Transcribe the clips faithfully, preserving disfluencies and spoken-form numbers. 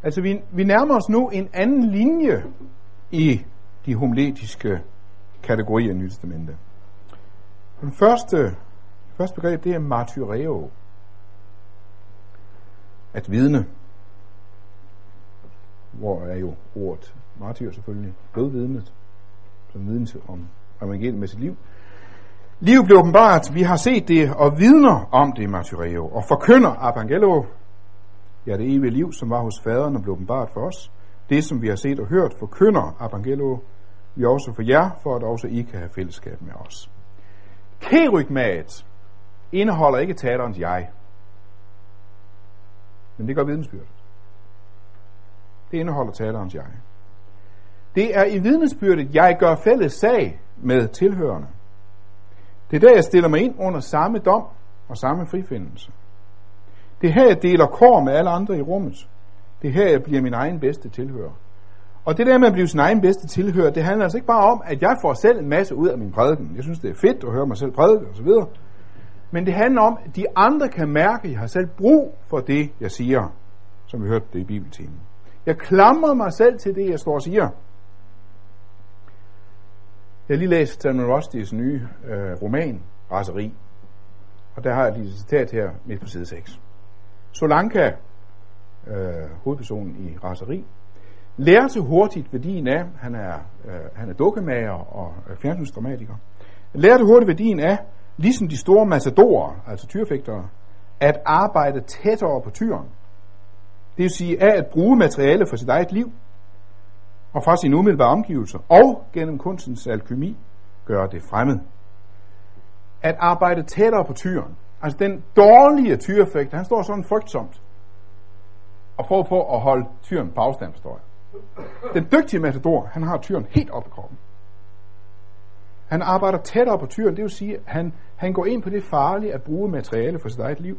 Altså, vi, vi nærmer os nu en anden linje i de homiletiske kategorier i Nye Testamente. Den første, første begreb, det er martyreo. At vidne. Hvor er jo ordet martyr selvfølgelig dødvidnet, som vidne om evangeliet med sit liv. Liv blev åbenbart, vi har set det og vidner om det i martyreo, og forkynder evangelo, ja, det evige liv, som var hos faderen og blev åbenbart for os. Det, som vi har set og hørt, forkynder evangelo, vi også for jer, for at også I kan have fællesskab med os. Kerygmat indeholder ikke talerens jeg, men det gør vidnesbyrdet. Det indeholder talerens jeg. Det er i vidnesbyrdet, jeg gør fælles sag med tilhørende. Det er der, jeg stiller mig ind under samme dom og samme frifindelse. Det er her, jeg deler kår med alle andre i rummet. Det er her, jeg bliver min egen bedste tilhører. Og det der med at blive sin egen bedste tilhører, det handler altså ikke bare om, at jeg får selv en masse ud af min prædiken. Jeg synes, det er fedt at høre mig selv prædike osv. Men det handler om, at de andre kan mærke, at jeg har selv brug for det, jeg siger, som vi hørte det i bibeltimen. Jeg klamrer mig selv til det, jeg står og siger. Jeg har lige læst Salman Rushdies nye øh, roman, Raseri. Og der har jeg et lille citat her midt på side seks. Solanka, øh, hovedpersonen i Raseri, lærer sig hurtigt værdien af, han er, øh, han er dukkemager og øh, fjernsynsdramatiker, lærer det hurtigt værdien af, ligesom de store matadores, altså tyrfægtere, at arbejde tættere på tyren. Det vil sige af at bruge materiale for sit eget liv, og fra sine umiddelbare omgivelser, og gennem kunstens alkymi, gøre det fremmed. At arbejde tættere på tyren. Altså den dårlige tyrefægter, han står sådan frygtsomt, og prøver på at holde tyren på afstand, forstår jeg. Den dygtige matador, han har tyren helt op i kroppen. Han arbejder tættere på tyren, det vil sige, at han, han går ind på det farlige at bruge materiale for sit eget liv.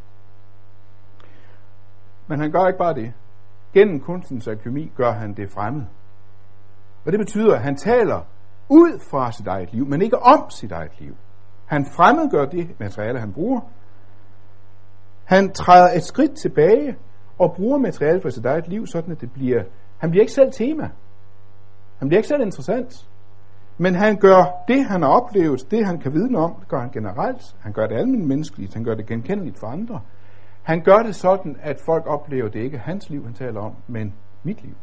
Men han gør ikke bare det. Gennem kunstens alkymi gør han det fremmed. Og det betyder, at han taler ud fra sit eget liv, men ikke om sit eget liv. Han fremmedgør det materiale, han bruger. Han træder et skridt tilbage og bruger materiale for sit eget liv, sådan at det bliver... Han bliver ikke selv tema. Han bliver ikke selv interessant. Men han gør det, han har oplevet, det han kan vidne om, det gør han generelt. Han gør det almindeligt menneskeligt, han gør det genkendeligt for andre. Han gør det sådan, at folk oplever, det ikke er hans liv, han taler om, men mit liv.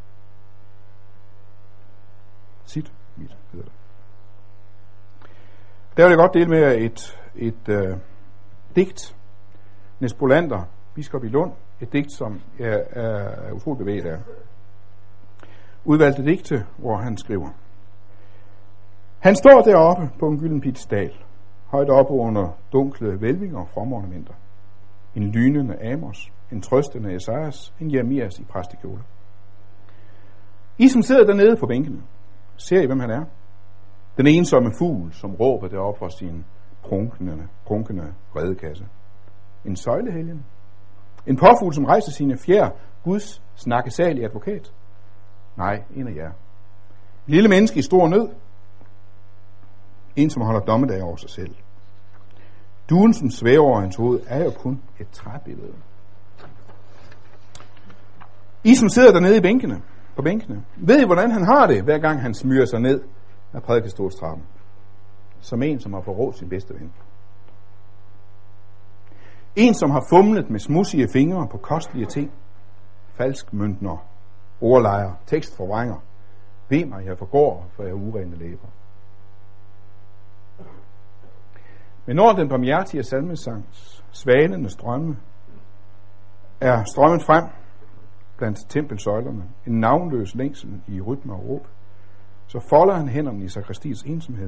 Sit, mit, hedder det. Der vil jeg godt dele med jer et, et øh, digt. Niels Bolander, biskop i Lund, et digt, som er, er utroligt bevæget af. Udvalgte digte, hvor han skriver: Han står deroppe på en gylden piedestal, højt oppe under dunkle hvælvinger og fromme ornamenter. En lynende Amos, en trøstende Esajas, en Jeremias i præstekjole. I, som sidder dernede på bænkene, ser I, hvem han er? Den ensomme fugl, som råber deroppe fra sin prunkende, prunkende redekasse. En søjlehelgen. En påfugl, som rejser sine fjer, Guds snakkesalige advokat. Nej, en af jer. Lille menneske i stor nød. En, som holder dommedag over sig selv. Duen, som svæver over hans hoved, er jo kun et træbillede. I, som sidder dernede i bænkene, på bænkene, ved I, hvordan han har det, hver gang han smyrer sig ned af prædikestolstrappen? Som en, som har forrådt sin bedste ven. En, som har fumlet med smudsige fingre på kostelige ting. Falskmøntner, ordlejer, tekstforvrænger. Ved mig, jeg forgår, for jeg er urene læber. Men når den barmhjertige salmesangs svanende strømme er strømmet frem blandt tempelsøjlerne, en navnløs længsel i rytme og råb, så folder han hænderne i sakristiets ensomhed.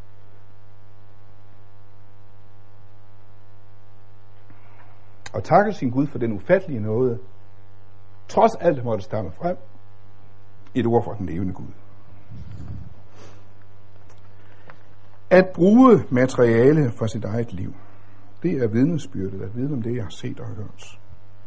Og takker sin Gud for den ufattelige nåde, trods alt måtte stamme frem, et ord fra den levende Gud. At bruge materiale for sit eget liv, det er vidnesbyrdet, at vide om det, jeg har set og hørt.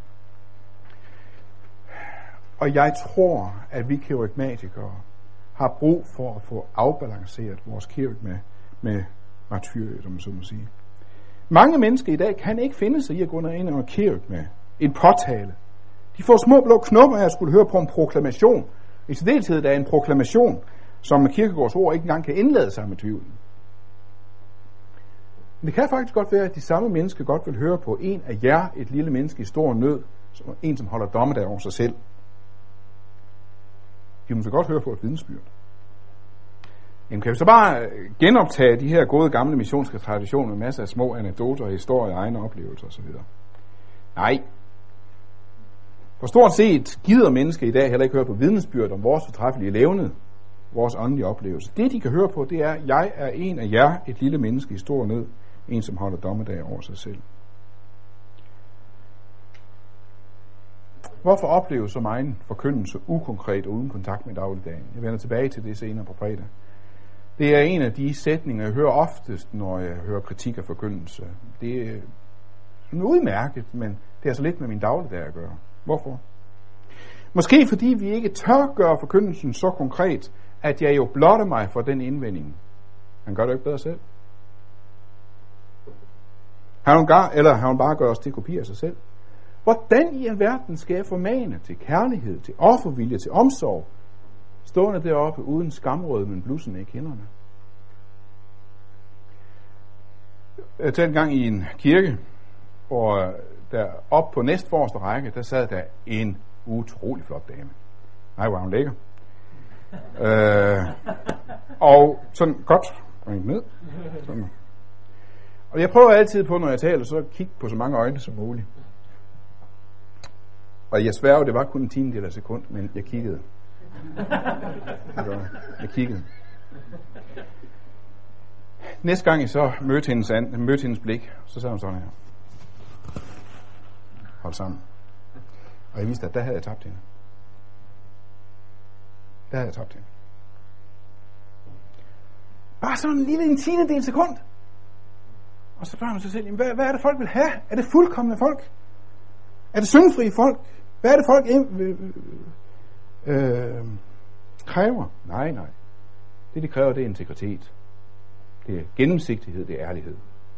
Og jeg tror, at vi kerygmatikere har brug for at få afbalanceret vores kerygma med, med martyriet, om man så må sige. Mange mennesker i dag kan ikke finde sig i at gå ind og kerygma, en påtale, De får små blå knopper af at skulle høre på en proklamation. I særdeleshed er en proklamation, som med Kierkegaards ord ikke engang kan indlade sig med tvivlen. Men det kan faktisk godt være, at de samme mennesker godt vil høre på en af jer, et lille menneske i stor nød, som en, som holder dommedag over sig selv. De må så godt høre på et vidnesbyrd. Jamen, kan vi så bare genoptage de her gode gamle missionske traditioner med masser af små anekdoter, historier, egne oplevelser osv.? Nej. For stort set gider mennesker i dag heller ikke høre på vidnesbyrd om vores fortræffelige levned, vores åndelige oplevelse. Det, de kan høre på, det er, jeg er en af jer, et lille menneske i stor nød, en, som holder dommedag over sig selv. Hvorfor opleve så meget forkyndelse ukonkret og uden kontakt med dagligdagen? Jeg vender tilbage til det senere på fredag. Det er en af de sætninger, jeg hører oftest, når jeg hører kritik af forkyndelse. Det er udmærket, men det er så lidt med min dagligdag at gøre. Hvorfor? Måske fordi vi ikke tør gøre forkyndelsen så konkret, at jeg jo blotter mig for den indvending. Han gør det ikke bedre selv. Har hun, gar, eller har hun bare gør os til kopi af sig selv? Hvordan i alverden skal jeg formane til kærlighed, til offervilje, til omsorg, stående deroppe uden skamrød, men blussende i kinderne? Jeg talte en gang i en kirke, hvor der op på næstforreste række, der sad der en utrolig flot dame. Nej, hvor hun lækker. øh, og sådan godt ringet ned. Sådan. Og jeg prøver altid på, når jeg taler, så kigge på så mange øjne som muligt. Og jeg sværger, det var kun en tiendedel af sekund, men jeg kiggede. Jeg kiggede. Næste gang jeg så mødte hendes, an, mødte hendes blik, så sagde hun sådan her. Hold sammen. Og jeg vidste, at der havde jeg tabt hende. Der havde jeg tabt hende. Bare sådan en lille en tiendedel sekund. Og så spørger man sig selv, jamen, hvad, hvad er det folk vil have? Er det fuldkomne folk? Er det syndfrie folk? Hvad er det folk øh, øh, kræver? Nej, nej. Det de kræver, det er integritet. Det er gennemsigtighed, det er ærlighed.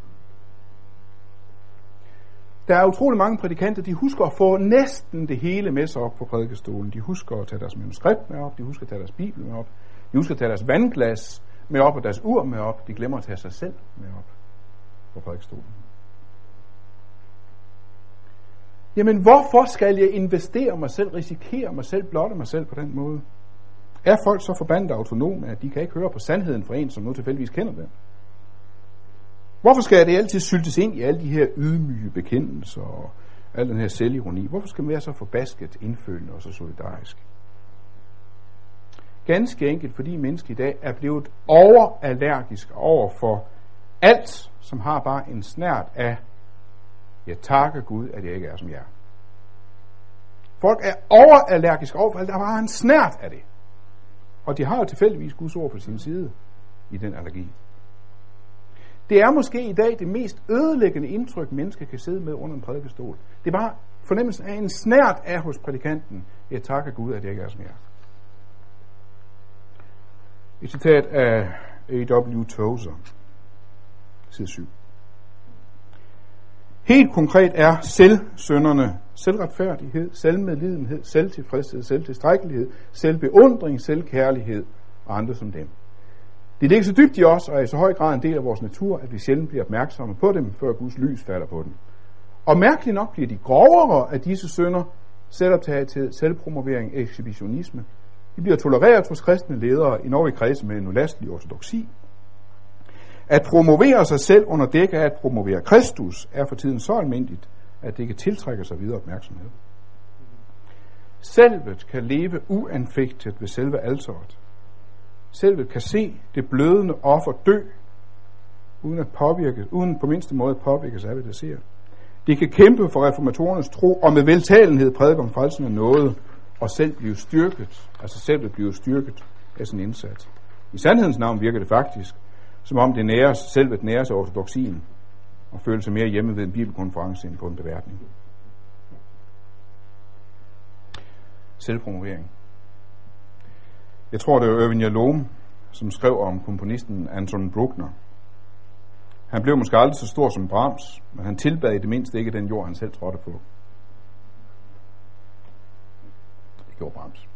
Der er utrolig mange prædikanter, de husker at få næsten det hele med sig op på prædikestolen. De husker at tage deres manuskript med op, de husker at tage deres bibel med op, de husker at tage deres vandglas med op og deres ur med op. De glemmer at tage sig selv med op på prædikestolen. Jamen, hvorfor skal jeg investere mig selv, risikere mig selv, blotte mig selv på den måde? Er folk så forbandet autonome, at de kan ikke høre på sandheden fra en, som nu tilfældigvis kender den? Hvorfor skal det altid syltes ind i alle de her ydmyge bekendelser og al den her selvironi? Hvorfor skal man være så forbasket, indfølende og så solidarisk? Ganske enkelt, fordi mennesket i dag er blevet overallergisk over for alt, som har bare en snert af, jeg takker Gud, at jeg ikke er som jer. Folk er overallergiske over for alt, der bare en snert af det. Og de har jo tilfældigvis Guds ord på sin side i den allergi. Det er måske i dag det mest ødelæggende indtryk, mennesker kan sidde med under en prædikestol. Det er bare fornemmelsen af en snert af hos prædikanten, jeg takker Gud, at jeg ikke er som jer. Et citat af A W Tozer, side syv. Helt konkret er selvsynderne selvretfærdighed, selvmedlidenhed, selvtilfredshed, selvtilstrækkelighed, selvbeundring, selvkærlighed og andre som dem. Det ligger så dybt i os og er i så høj grad en del af vores natur, at vi sjældent bliver opmærksomme på dem, før Guds lys falder på dem. Og mærkeligt nok bliver de grovere af disse synder, selvoptagethed, selvpromovering, ekshibitionisme. De bliver tolereret hos kristne ledere i Norge kredse med en ulastelig ortodoksi. At promovere sig selv under dække af at promovere Kristus er for tiden så almindeligt, at det ikke tiltrækker sig videre opmærksomhed. Selvet kan leve uanfægtet ved selve alteret. Selvet kan se det blødende offer dø, uden at påvirke, uden på mindste måde påvirkes af, hvad det ser. De kan kæmpe for reformatorernes tro, og med veltalenhed prædike om frelsen af noget, og selv blive styrket, altså selvet blive styrket af sin indsats. I sandhedens navn virker det faktisk, som om det næres, selvet næres af ortodoksien, og føler sig mere hjemme ved en bibelkonference end på en beværtning. Selvpromovering. Jeg tror, det var Irving Yalom, som skrev om komponisten Anton Bruckner. Han blev måske aldrig så stor som Brahms, men han tilbad i det mindste ikke den jord, han selv trådte på. Det gjorde Brahms.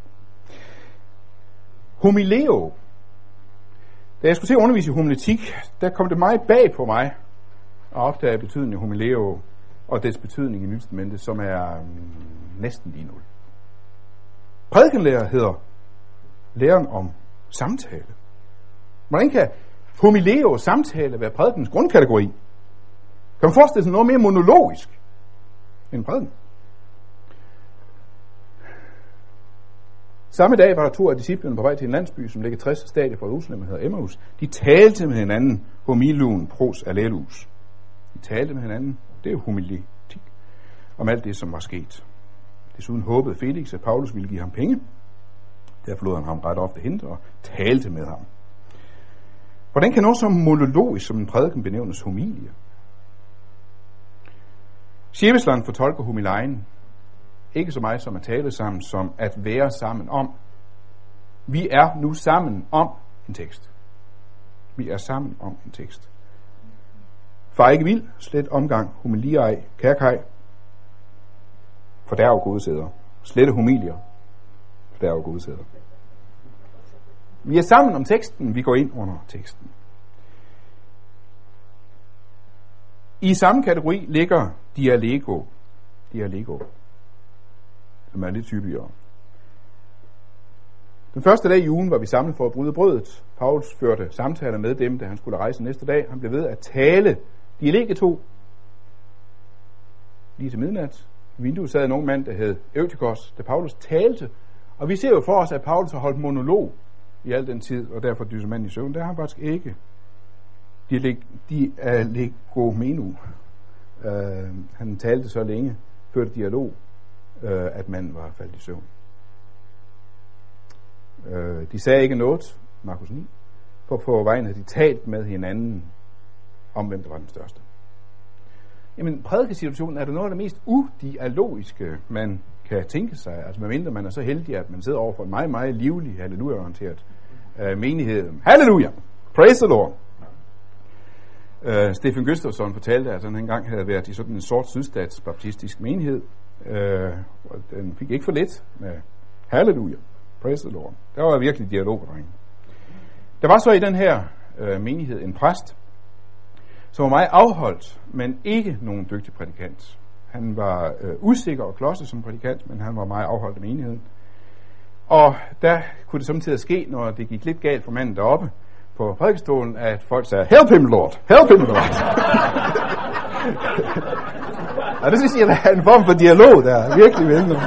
Homileo. Da jeg skulle til at undervise i homiletik, der kom det meget bag på mig at opdage betydningen af homileo og dets betydning i Nyt Testamentet, som er mm, næsten lige nul. Prædikenlærer hedder læren om samtale. Hvordan kan homileo og samtale være prædikens grundkategori? Kan man forestille sig noget mere monologisk end prædiken? Samme dag var der to af disciplene på vej til en landsby, som ligger tres stadier fra Jerusalem, der hedder Emmaus. De talte med hinanden, homiluen pros allelus. De talte med hinanden, det er jo homiletik, om alt det, som var sket. Desuden håbede Felix, at Paulus ville give ham penge. Derfor lod han ham ret ofte hente og talte med ham. Hvordan kan noget så monologisk som en prædiken benævnes homilie? Sjæbesland fortolker homilejen ikke så meget som at tale sammen, som at være sammen om. Vi er nu sammen om en tekst. Vi er sammen om en tekst. Far ikke vild, slet omgang, homiliej, kærkaj, for der er jo gode sæder. Slette homilier, for der er jo gode sæder. Vi er sammen om teksten, vi går ind under teksten. I samme kategori ligger dialego. Dialego. Som er lidt tydeligere. Den første dag i ugen var vi samlet for at bryde brødet. Paulus førte samtaler med dem, da han skulle rejse næste dag. Han blev ved at tale dialegeto lige til midnat. I vinduet sad en ung mand, der hed Eutychos, da Paulus talte. Og vi ser jo for os, at Paulus har holdt monolog i al den tid, og derfor dyser manden i søvn. Det har han faktisk ikke. Dialegomenu. Uh, han talte så længe, førte dialog, uh, at manden var faldet i søvn. Uh, de sagde ikke noget, Markus ni, for på vejen havde de talt med hinanden om, hvem der var den største. Jamen, prædikesituationen er det noget af det mest udialogiske, man kan tænke sig. Altså, medmindre man er så heldig, at man sidder over for en meget, meget livlig, halleluja-orienteret uh, menighed. Halleluja! Praise the Lord! Uh, Stephen Gustafsson fortalte, at han engang havde været i sådan en sort sydstatsbaptistisk menighed, uh, og den fik ikke for lidt med halleluja, praise the Lord. Der var virkelig dialog på drengen. Der var så i den her uh, menighed en præst, som var meget afholdt, men ikke nogen dygtig prædikant. Han var uh, usikker og klodset som prædikant, men han var meget afholdt af menigheden. Og der kunne det samtidig ske, når det gik lidt galt for manden deroppe, på prædikestolen, at folk sagde, help him, Lord! Help him, Lord! Og det synes jeg, der er en form for dialog, der er virkelig vældig.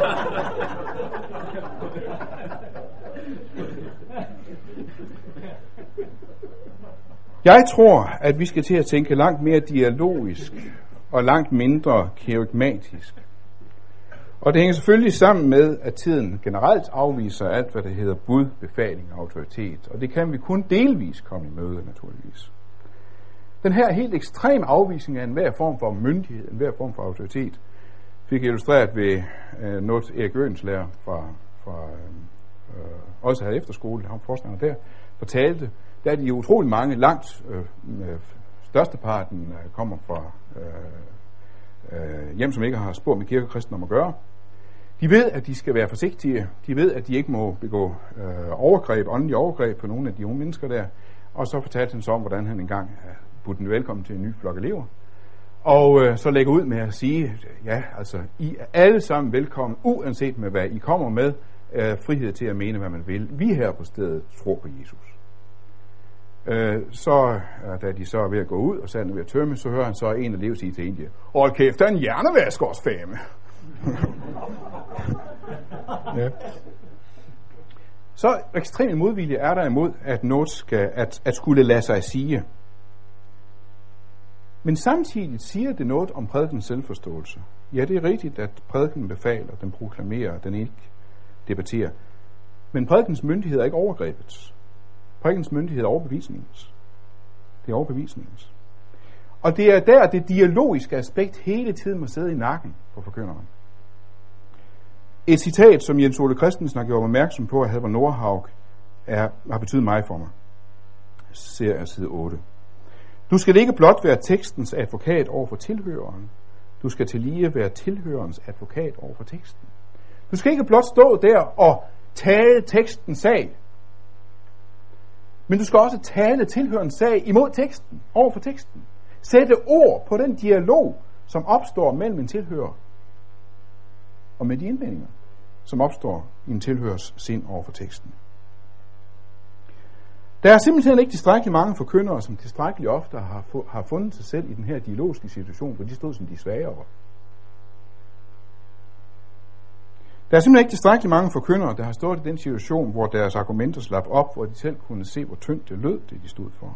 Jeg tror, at vi skal til at tænke langt mere dialogisk og langt mindre kerygmatisk. Og det hænger selvfølgelig sammen med, at tiden generelt afviser alt, hvad det hedder bud, befaling og autoritet. Og det kan vi kun delvis komme i møde, naturligvis. Den her helt ekstrem afvisning af enhver form for myndighed, enhver form for autoritet, fik jeg illustreret ved øh, noget Erik Øenslærer fra, fra øh, også her efterskole, han forstander der, fortalte, der er de utrolig mange, langt øh, øh, størsteparten øh, kommer fra øh, øh, hjem, som ikke har spor med kirke og kristen om at gøre. De ved, at de skal være forsigtige. De ved, at de ikke må begå øh, overgreb, åndelige overgreb på nogle af de unge mennesker der. Og så fortalte han så om, hvordan han engang budt den velkommen til en ny flok elever. Og øh, så lægger ud med at sige, ja, altså, I er alle sammen velkommen, uanset med hvad I kommer med, øh, frihed til at mene, hvad man vil. Vi her på stedet tror på Jesus. Øh, så, øh, da de så er ved at gå ud, og så er ved at tømme, så hører han så en elev sige til en, hold kæft, der er en hjernevaskårsfame. Ja. Så ekstrem modvilje er der imod, at noget skal, at, at skulle lade sig sige. Men samtidig siger det noget om prædikens selvforståelse. Ja, det er rigtigt, at prædiken befaler, den proklamerer, den ikke debatterer. Men prædikens myndighed er ikke overgrebet. Prædikens myndighed er overbevisningens. Det er overbevisningens. Og det er der, det dialogiske aspekt hele tiden må sidde i nakken på forkynderen. Et citat, som Jens Ole Christensen har gjort opmærksom på, at Halvor Nordhaug er, har betydet meget for mig. Ser jeg side otte. Du skal ikke blot være tekstens advokat over for tilhøreren. Du skal tillige være tilhørens advokat over for teksten. Du skal ikke blot stå der og tale tekstens sag, men du skal også tale tilhørende sag imod teksten, over for teksten. Sætte ord på den dialog, som opstår mellem en tilhører og med de indvendinger, som opstår i en tilhørers sind over for teksten. Der er simpelthen ikke tilstrækkeligt mange forkyndere, som tilstrækkeligt ofte har, har fundet sig selv i den her dialogiske situation, hvor de stod som de svagere. Der er simpelthen ikke tilstrækkeligt mange forkyndere, der har stået i den situation, hvor deres argumenter slap op, hvor de selv kunne se, hvor tyndt det lød, det de stod for.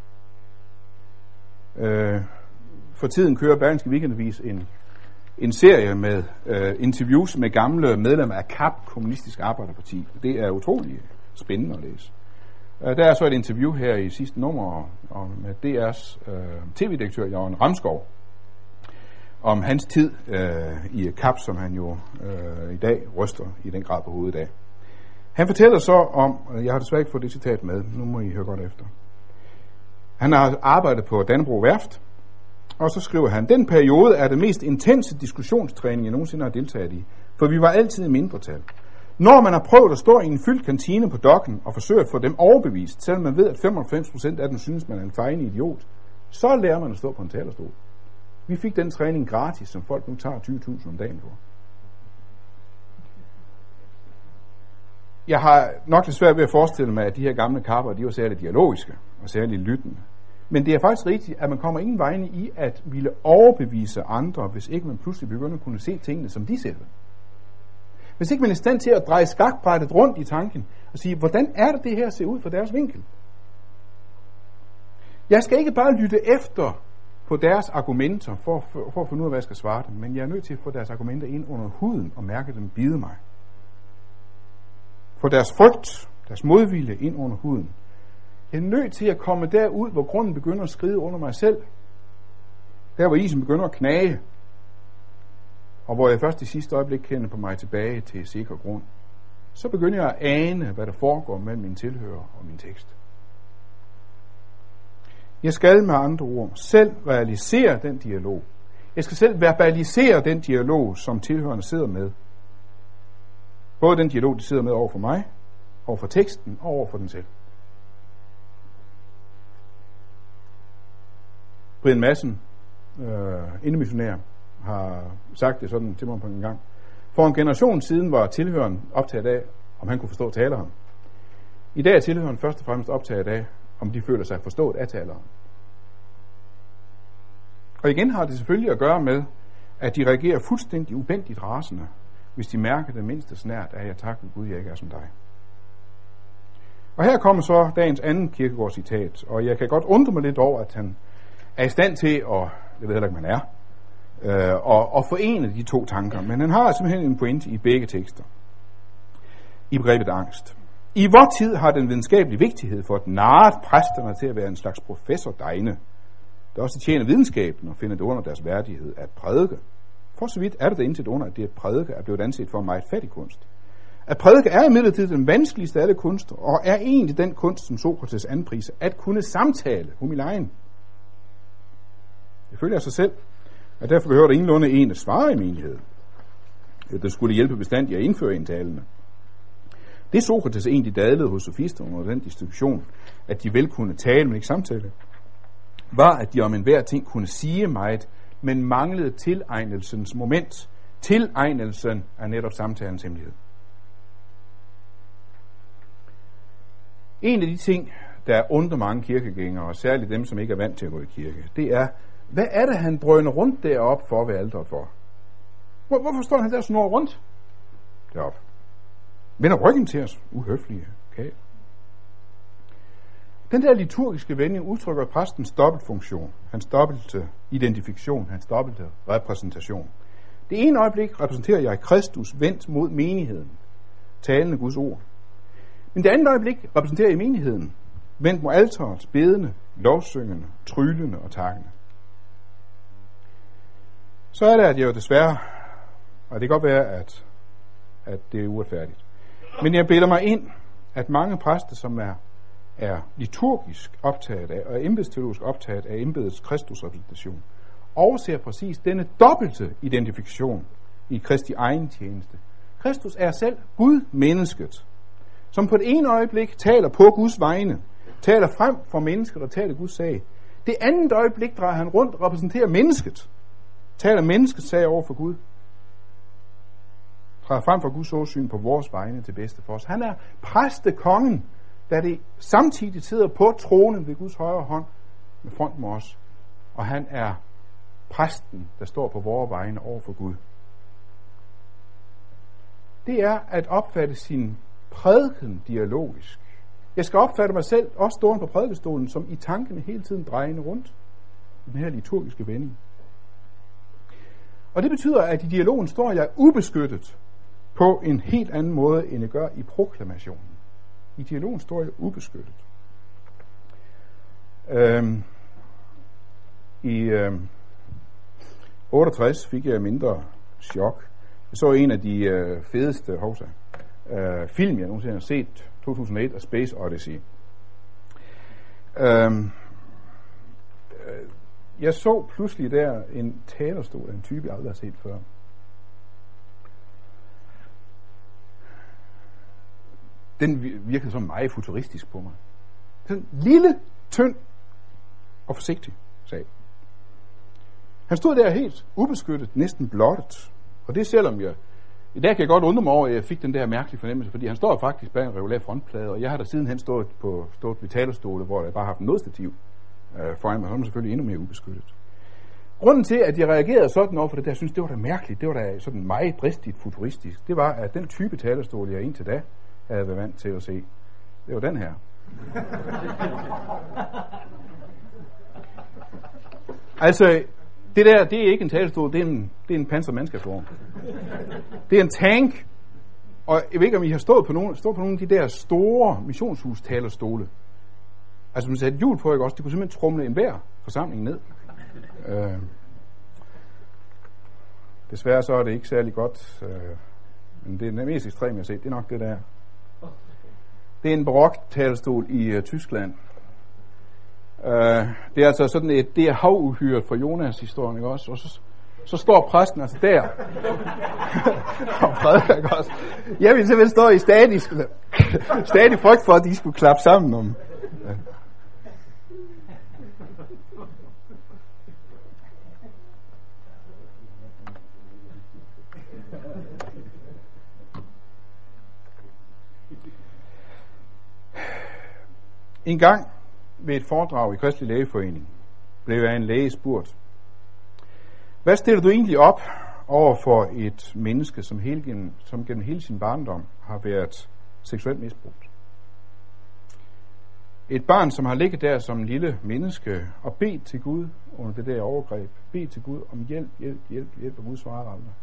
Øh, for tiden kører Berlingske Weekendavis en, en serie med øh, interviews med gamle medlemmer af K A P, Kommunistisk Arbejderparti. Det er utrolig spændende at læse. Øh, der er så et interview her i sidste nummer og med D R's øh, tv-direktør Jørgen Ramskov om hans tid øh, i K A P, som han jo øh, i dag ryster i den grad på hovedet af. Han fortæller så om, jeg har desværre ikke fået det citat med, nu må I høre godt efter. Han har arbejdet på Dannebrog Værft, og så skriver han, den periode er det mest intense diskussionstræning, jeg nogensinde har deltaget i, for vi var altid i mindretal. Når man har prøvet at stå i en fyldt kantine på dokken og forsøge at få dem overbevist, selvom man ved, at femoghalvfems procent af dem synes, man er en fejende idiot, så lærer man at stå på en talerstol. Vi fik den træning gratis, som folk nu tager tyve tusind om dagen for. Jeg har nok lidt svært ved at forestille mig, at de her gamle kapper, de var særligt dialogiske og særligt lyttende. Men det er faktisk rigtigt, at man kommer ingen vegne i at ville overbevise andre, hvis ikke man pludselig begynder at kunne se tingene, som de ser det. Hvis ikke man er i stand til at dreje skakbrættet rundt i tanken og sige, hvordan er det, det her ser ud fra deres vinkel? Jeg skal ikke bare lytte efter på deres argumenter for, for, for at finde ud af, hvad jeg skal svare dem, men jeg er nødt til at få deres argumenter ind under huden og mærke dem bide mig. Få deres frygt, deres modvilje ind under huden. Jeg er nødt til at komme derud, hvor grunden begynder at skride under mig selv. Der, hvor isen begynder at knage. Og hvor jeg først i sidste øjeblik kender på mig tilbage til sikker grund. Så begynder jeg at ane, hvad der foregår mellem min tilhører og min tekst. Jeg skal med andre ord selv realisere den dialog. Jeg skal selv verbalisere den dialog, som tilhørende sidder med. Både den dialog, de sidder med over for mig, over for teksten og over for den selv. Brian Madsen, øh, indemissionær, har sagt det sådan til mig på en gang. For en generation siden var tilhøren optaget af, om han kunne forstå taleren. I dag er tilhøren først og fremmest optaget af, om de føler sig forstået af taleren. Og igen har det selvfølgelig at gøre med, at de reagerer fuldstændig ubændigt rasende, hvis de mærker det mindste snært af, at jeg takker Gud, jeg ikke er som dig. Og her kommer så dagens anden Kierkegaard-citat, og jeg kan godt undre mig lidt over, at han er i stand til at, jeg ved heller ikke, man er, øh, og, og forene de to tanker, men han har simpelthen en pointe i begge tekster. I begrebet angst. I vor tid har den videnskabelige vigtighed for at narre præsterne til at være en slags professor-dejne, der også tjener videnskaben og finder det under deres værdighed at prædike. For så vidt er det der intet under, at det at prædike er blevet anset for en meget fattig kunst. At prædike er imidlertid den vanskeligste af alle kunster, og er egentlig den kunst, som Sokrates anpriser, at kunne samtale humilejen. Det følger af sig selv, og derfor behøver der ingenlunde en at svare i menighed. Det skulle hjælpe bestandigt at indføre en talende. Det Sokrates egentlig dadlede hos sofisterne under den distribution, at de vel kunne tale, men ikke samtale, var, at de om enhver ting kunne sige meget, men manglede tilegnelsens moment. Tilegnelsen er netop samtalens hemmelighed. En af de ting, der undrer mange kirkegængere, og særligt dem, som ikke er vant til at gå i kirke, det er, hvad er det, han drøner rundt deroppe for ved alteret for? Hvor, hvorfor står han der snor rundt deroppe? Vender ryggen til os, uhøflige kære. Den der liturgiske vending udtrykker præstens dobbeltfunktion, hans dobbelte identifikation, hans dobbelte repræsentation. Det ene øjeblik repræsenterer jeg Kristus vendt mod menigheden, talende Guds ord. Men det andet øjeblik repræsenterer jeg menigheden, vendt mod alteret, bedende, lovsyngende, tryllende og takkende. Så er det, at jeg jo desværre, og det kan godt være, at, at det er uretfærdigt, men jeg billeder mig ind, at mange præster, som er er liturgisk optaget af, og embedsteologisk optaget af embedets Kristusrepræsentation, overser præcis denne dobbelte identifikation i Kristi egen tjeneste, Kristus er selv Gud mennesket, som på det ene øjeblik taler på Guds vegne, taler frem for mennesket og taler Guds sag. Det andet øjeblik drejer han rundt og repræsenterer mennesket, taler menneskets sag over for Gud, træder frem for Guds åsyn på vores vegne til bedste for os. Han er præstekongen, der det samtidig sidder på tronen ved Guds højre hånd med front med os. Og han er præsten, der står på vores vegne over for Gud. Det er at opfatte sin prædiken dialogisk. Jeg skal opfatte mig selv, også stående på prædikestolen, som i tankene hele tiden drejende rundt i den her liturgiske vending. Og det betyder, at i dialogen står jeg ubeskyttet på en helt anden måde, end jeg gør i proklamationen. I dialogen står jeg ubeskyttet. Øhm, I øhm, otteogtres fik jeg mindre chok. Jeg så en af de øh, fedeste hovsa, øh, film, jeg nogensinde har set, to tusind og et af Space Odyssey. Øhm, øh, jeg så pludselig der en talerstol af en type, jeg aldrig har set før. Den virkede så meget futuristisk på mig. Sådan lille, tynd og forsigtig sag. Han stod der helt ubeskyttet, næsten blottet. Og det selvom jeg... I dag kan jeg godt undre mig over, at jeg fik den der mærkelige fornemmelse, fordi han står faktisk bag en regulær frontplade, og jeg har da sidenhen stået, på, stået ved talerstole, hvor jeg bare har haft en nødstativ øh, foran mig, så er man selvfølgelig endnu mere ubeskyttet. Grunden til, at jeg reagerede sådan over for det der, jeg synes, det var da mærkeligt, det var da sådan meget dristigt futuristisk, det var, at den type talerstol, jeg indtil da havde været vant til at se, det var den her. Altså, det der, det er ikke en talerstol, det er en, det er en pansermandskabsvogn. Det er en tank, og jeg ved ikke, om I har stået på nogle, stået på nogle af de der store missionshus-talerstole. Altså, man satte hjul på, ikke også? De kunne simpelthen tromle enhver forsamling ned. Øh. Desværre så er det ikke særlig godt, øh, men det er det mest ekstreme, jeg har set. Det er nok det der. Det er en barok-talerstol i uh, Tyskland. Uh, det er altså sådan et, det er havuhyret fra Jonas-historien, ikke også? Og så, så står præsten altså der. Og prædiker, ikke også? Jeg ville simpelthen stå i stadig, stadig frygt for, at de skulle klappe sammen om. Ja. En gang ved et foredrag i Kristelig Lægeforening blev jeg en læge spurgt: hvad stiller du egentlig op over for et menneske, som, hele gennem, som gennem hele sin barndom har været seksuelt misbrugt? Et barn, som har ligget der som en lille menneske og bedt til Gud under det der overgreb, bedt til Gud om hjælp, hjælp, hjælp, hjælp, og Gud svarer aldrig.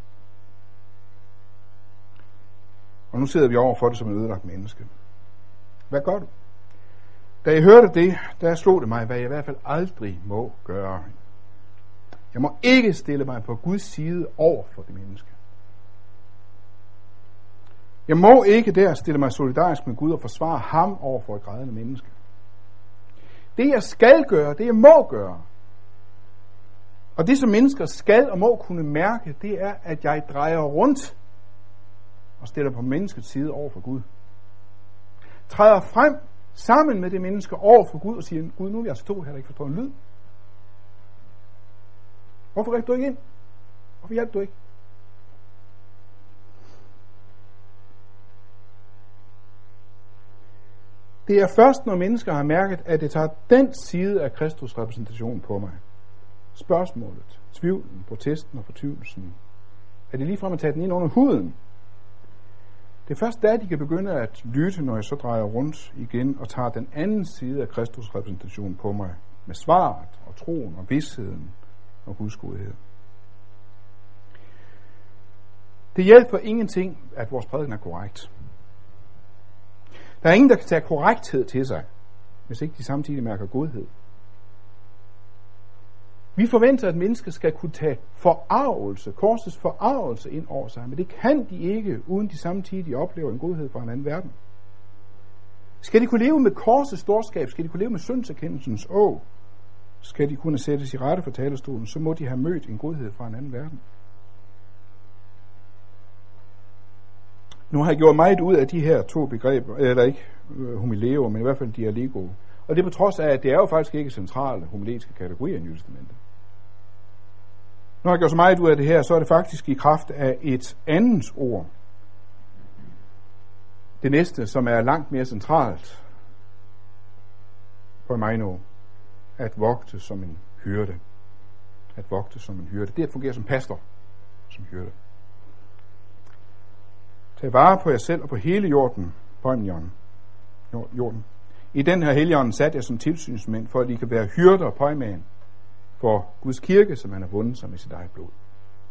Og nu sidder vi over for det som et ødelagt menneske. Hvad gør du? Da jeg hørte det, der slog det mig, hvad jeg i hvert fald aldrig må gøre. Jeg må ikke stille mig på Guds side over for det menneske. Jeg må ikke der stille mig solidarisk med Gud og forsvare ham over for et grædende menneske. Det jeg skal gøre, det jeg må gøre, og det som mennesker skal og må kunne mærke, det er, at jeg drejer rundt og stiller på menneskets side over for Gud. Træder frem sammen med det menneske over for Gud og siger: Gud, nu er jeg stå her, der ikke forstår en lyd. Hvorfor greb du ikke ind? Hvorfor hjalp du ikke? Det er først, når mennesker har mærket, at det tager den side af Kristus repræsentation på mig. Spørgsmålet, tvivlen, protesten og fortvivlelsen. Er det ligefrem at tage den ind under huden? Det er først da, de kan begynde at lytte, når jeg så drejer rundt igen og tager den anden side af Kristus repræsentation på mig, med svaret og troen og vidsheden og Guds godhed. Det hjælper ingenting, at vores prædiken er korrekt. Der er ingen, der kan tage korrekthed til sig, hvis ikke de samtidig mærker godhed. Vi forventer, at mennesker skal kunne tage forarvelse, korsets forarvelse ind over sig, men det kan de ikke, uden de samtidig oplever en godhed fra en anden verden. Skal de kunne leve med korsets storskab, skal de kunne leve med syndserkendelsens åg, skal de kunne sættes i rette for talerstolen, så må de have mødt en godhed fra en anden verden. Nu har jeg gjort meget ud af de her to begreber, eller ikke homileo, men i hvert fald dialego. Og det på trods af, at det er jo faktisk ikke centrale homiletiske kategorier i Nye Testamentet. Når jeg gjort så meget ud af det her, så er det faktisk i kraft af et andet ord. Det næste, som er langt mere centralt på mig nu, at vogte som en hyrde. At vogte som en hyrde. Det er at fungere som pastor, som hyrde. Tag vare på jer selv og på hele jorden, poimion, jorden. I den her helligånden satte jeg som tilsynsmænd, for at I kan være hyrder og poimaen for Guds kirke, som han har vundet sig med sit eget blod.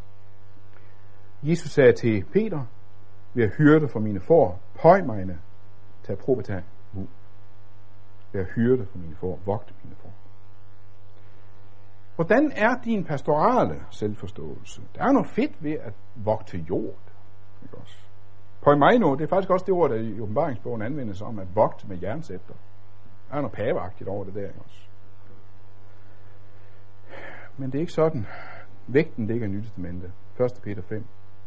Jesus sagde til Peter, vær hyrde for mine får, poimaene, tag probeta mu. Vær hyrde for mine får, vogte mine får. Hvordan er din pastorale selvforståelse? Der er noget fedt ved at vogte jord. Ikke også? Poimaino, det er faktisk også det ord, der i åbenbaringsbogen anvendes om at vogte med jernsætter. Der er noget paveagtigt over det der. Ikke også? Men det er ikke sådan. Vægten ligger i Nye Testamentet. første Peter fem.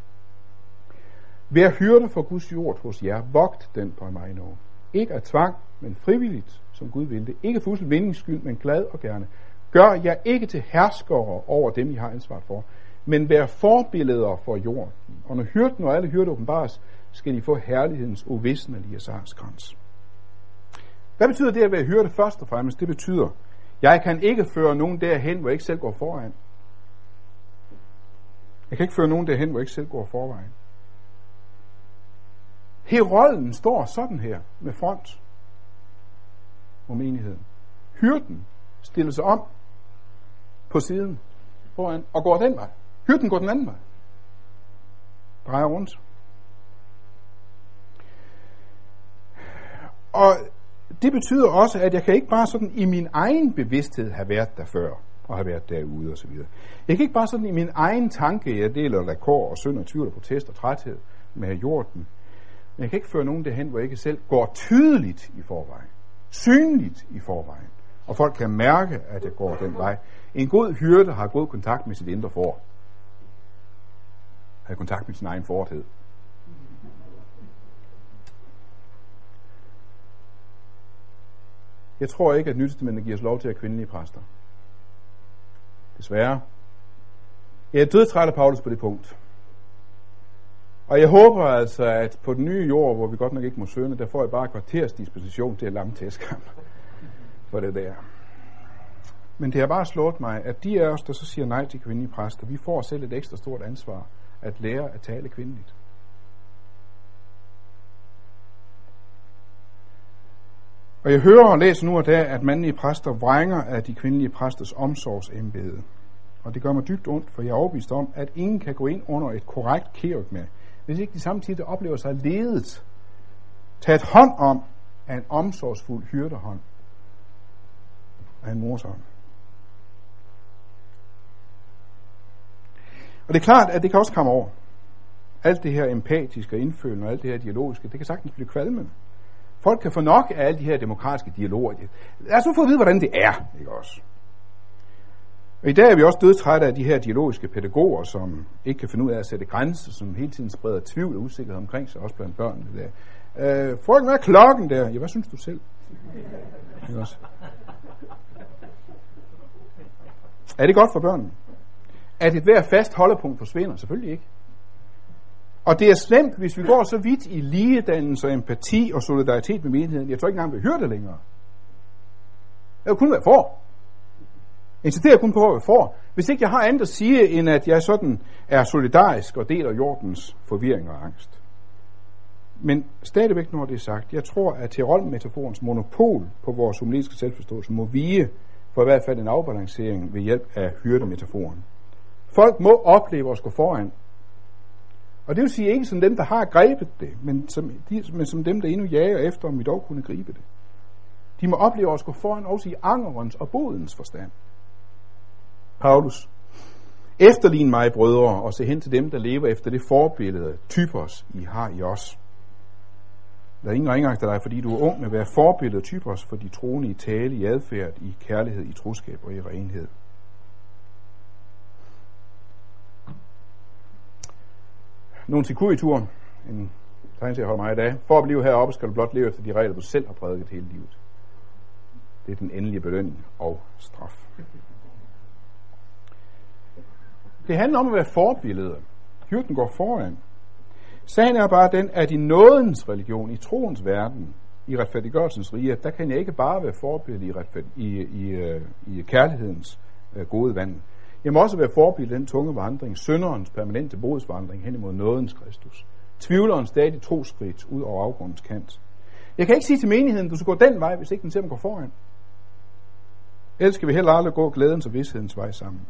Vær hyrde for Guds jord hos jer. Vogt den poimaino. Ikke af tvang, men frivilligt, som Gud vil det. Ikke for ussel vindings skyld, men glad og gerne. Gør jer ikke til herskere over dem, I har ansvar for, men vær forbilleder for jorden. Og når hyrden og alle hyrder åbenbares, skal de få herlighedens uvisnelige sagskrans. Hvad betyder det at være hyrde først og fremmest? Det betyder, jeg kan ikke føre nogen derhen, hvor jeg ikke selv går foran. Jeg kan ikke føre nogen derhen, hvor jeg ikke selv går forvejen. Herolden står sådan her med front mod menigheden. Hyrden stiller sig om på siden foran og går den vej. Hyrden går den anden vej. Drejer rundt. Og det betyder også, at jeg kan ikke bare sådan i min egen bevidsthed have været der før, og have været derude osv. Jeg kan ikke bare sådan i min egen tanke, jeg deler lakor og synd og tvivl og protest og træthed med jorden. Men jeg kan ikke føre nogen derhen, hvor jeg ikke selv går tydeligt i forvejen. Synligt i forvejen. Og folk kan mærke, at jeg går den vej. En god hyrde har god kontakt med sit indre får. Har kontakt med sin egen fortid. Jeg tror ikke, at Nye Testamentet giver os lov til at have kvindelige præster. Desværre. Jeg er dødtræt af Paulus på det punkt. Og jeg håber altså, at på den nye jord, hvor vi godt nok ikke må søge, der får jeg bare kvarters disposition til at lamtæske ham for det der. Men det har bare slået mig, at de af os, der så siger nej til kvindelige præster, vi får selv et ekstra stort ansvar at lære at tale kvindeligt. Og jeg hører og læser nu og da, at mandlige præster vrænger af de kvindelige præsters omsorgsembede. Og det gør mig dybt ondt, for jeg er overbevist om, at ingen kan gå ind under et korrekt kerygma, hvis ikke de samtidig oplever sig ledet. Tag et hånd om af en omsorgsfuld hyrdehånd. Af en mors hånd. Og det er klart, at det kan også komme over. Alt det her empatiske og indfølende og alt det her dialogiske, det kan sagtens blive kvalmende. Folk kan få nok af alle de her demokratiske dialoger. Lad os nu få at vide, hvordan det er, ikke også? Og i dag er vi også dødtrætte af de her dialogiske pædagoger, som ikke kan finde ud af at sætte grænser, som hele tiden spreder tvivl og usikkerhed omkring sig, også blandt børnene der. Øh, frøken, hvad er klokken der? Ja, hvad synes du selv? Ikke også? Er det godt for børnene? At et hver fast holdepunkt forsvinder? Selvfølgelig ikke. Og det er slemt, hvis vi går så vidt i ligedannelse og empati og solidaritet med menigheden. Jeg tror ikke engang, vi hører det længere. Jeg vil kun være for. Jeg insisterer kun på, hvad jeg får. Hvis ikke jeg har andet at sige, end at jeg sådan er solidarisk og deler jordens forvirring og angst. Men stadigvæk, når det er sagt, jeg tror, at Tirol-metaforens monopol på vores homiletiske selvforståelse må vige for i hvert fald en afbalancering ved hjælp af hyrdemetaforen. Folk må opleve at gå foran. Og det vil sige ikke som dem, der har grebet det, men som, de, men som dem, der endnu jager efter, om vi dog kunne gribe det. De må opleve at gå foran også i angerens og bodens forstand. Paulus, efterlign mig, brødre, og se hen til dem, der lever efter det forbillede, typos, I har i os. Der er ingen ringagter dig, fordi du er ung, med at være forbillede typos for de troende i tale, i adfærd, i kærlighed, i troskab og i renhed. Nogle sekuritur, en Tegn til at holde mig i dag. For at blive heroppe, skal du blot leve efter de regler, du selv har prædiket hele livet. Det er den endelige belønning og straf. Det handler om at være forbillede. Hyrden går foran. Sagen er bare den, at i nådens religion, i troens verden, i retfærdiggørelsens rige, der kan jeg ikke bare være forbillede i, retfærd, i, i, i kærlighedens uh, gode vand. Jeg må også være forbillede i den tunge vandring, synderens permanente bodsvandring hen imod nådens Kristus. Tvivlerens stadig troskridt ud over afgrundens kant. Jeg kan ikke sige til menigheden, du skal gå den vej, hvis ikke den simpelthen går foran. Ellers skal vi heller aldrig gå glædens og vidshedens vej sammen.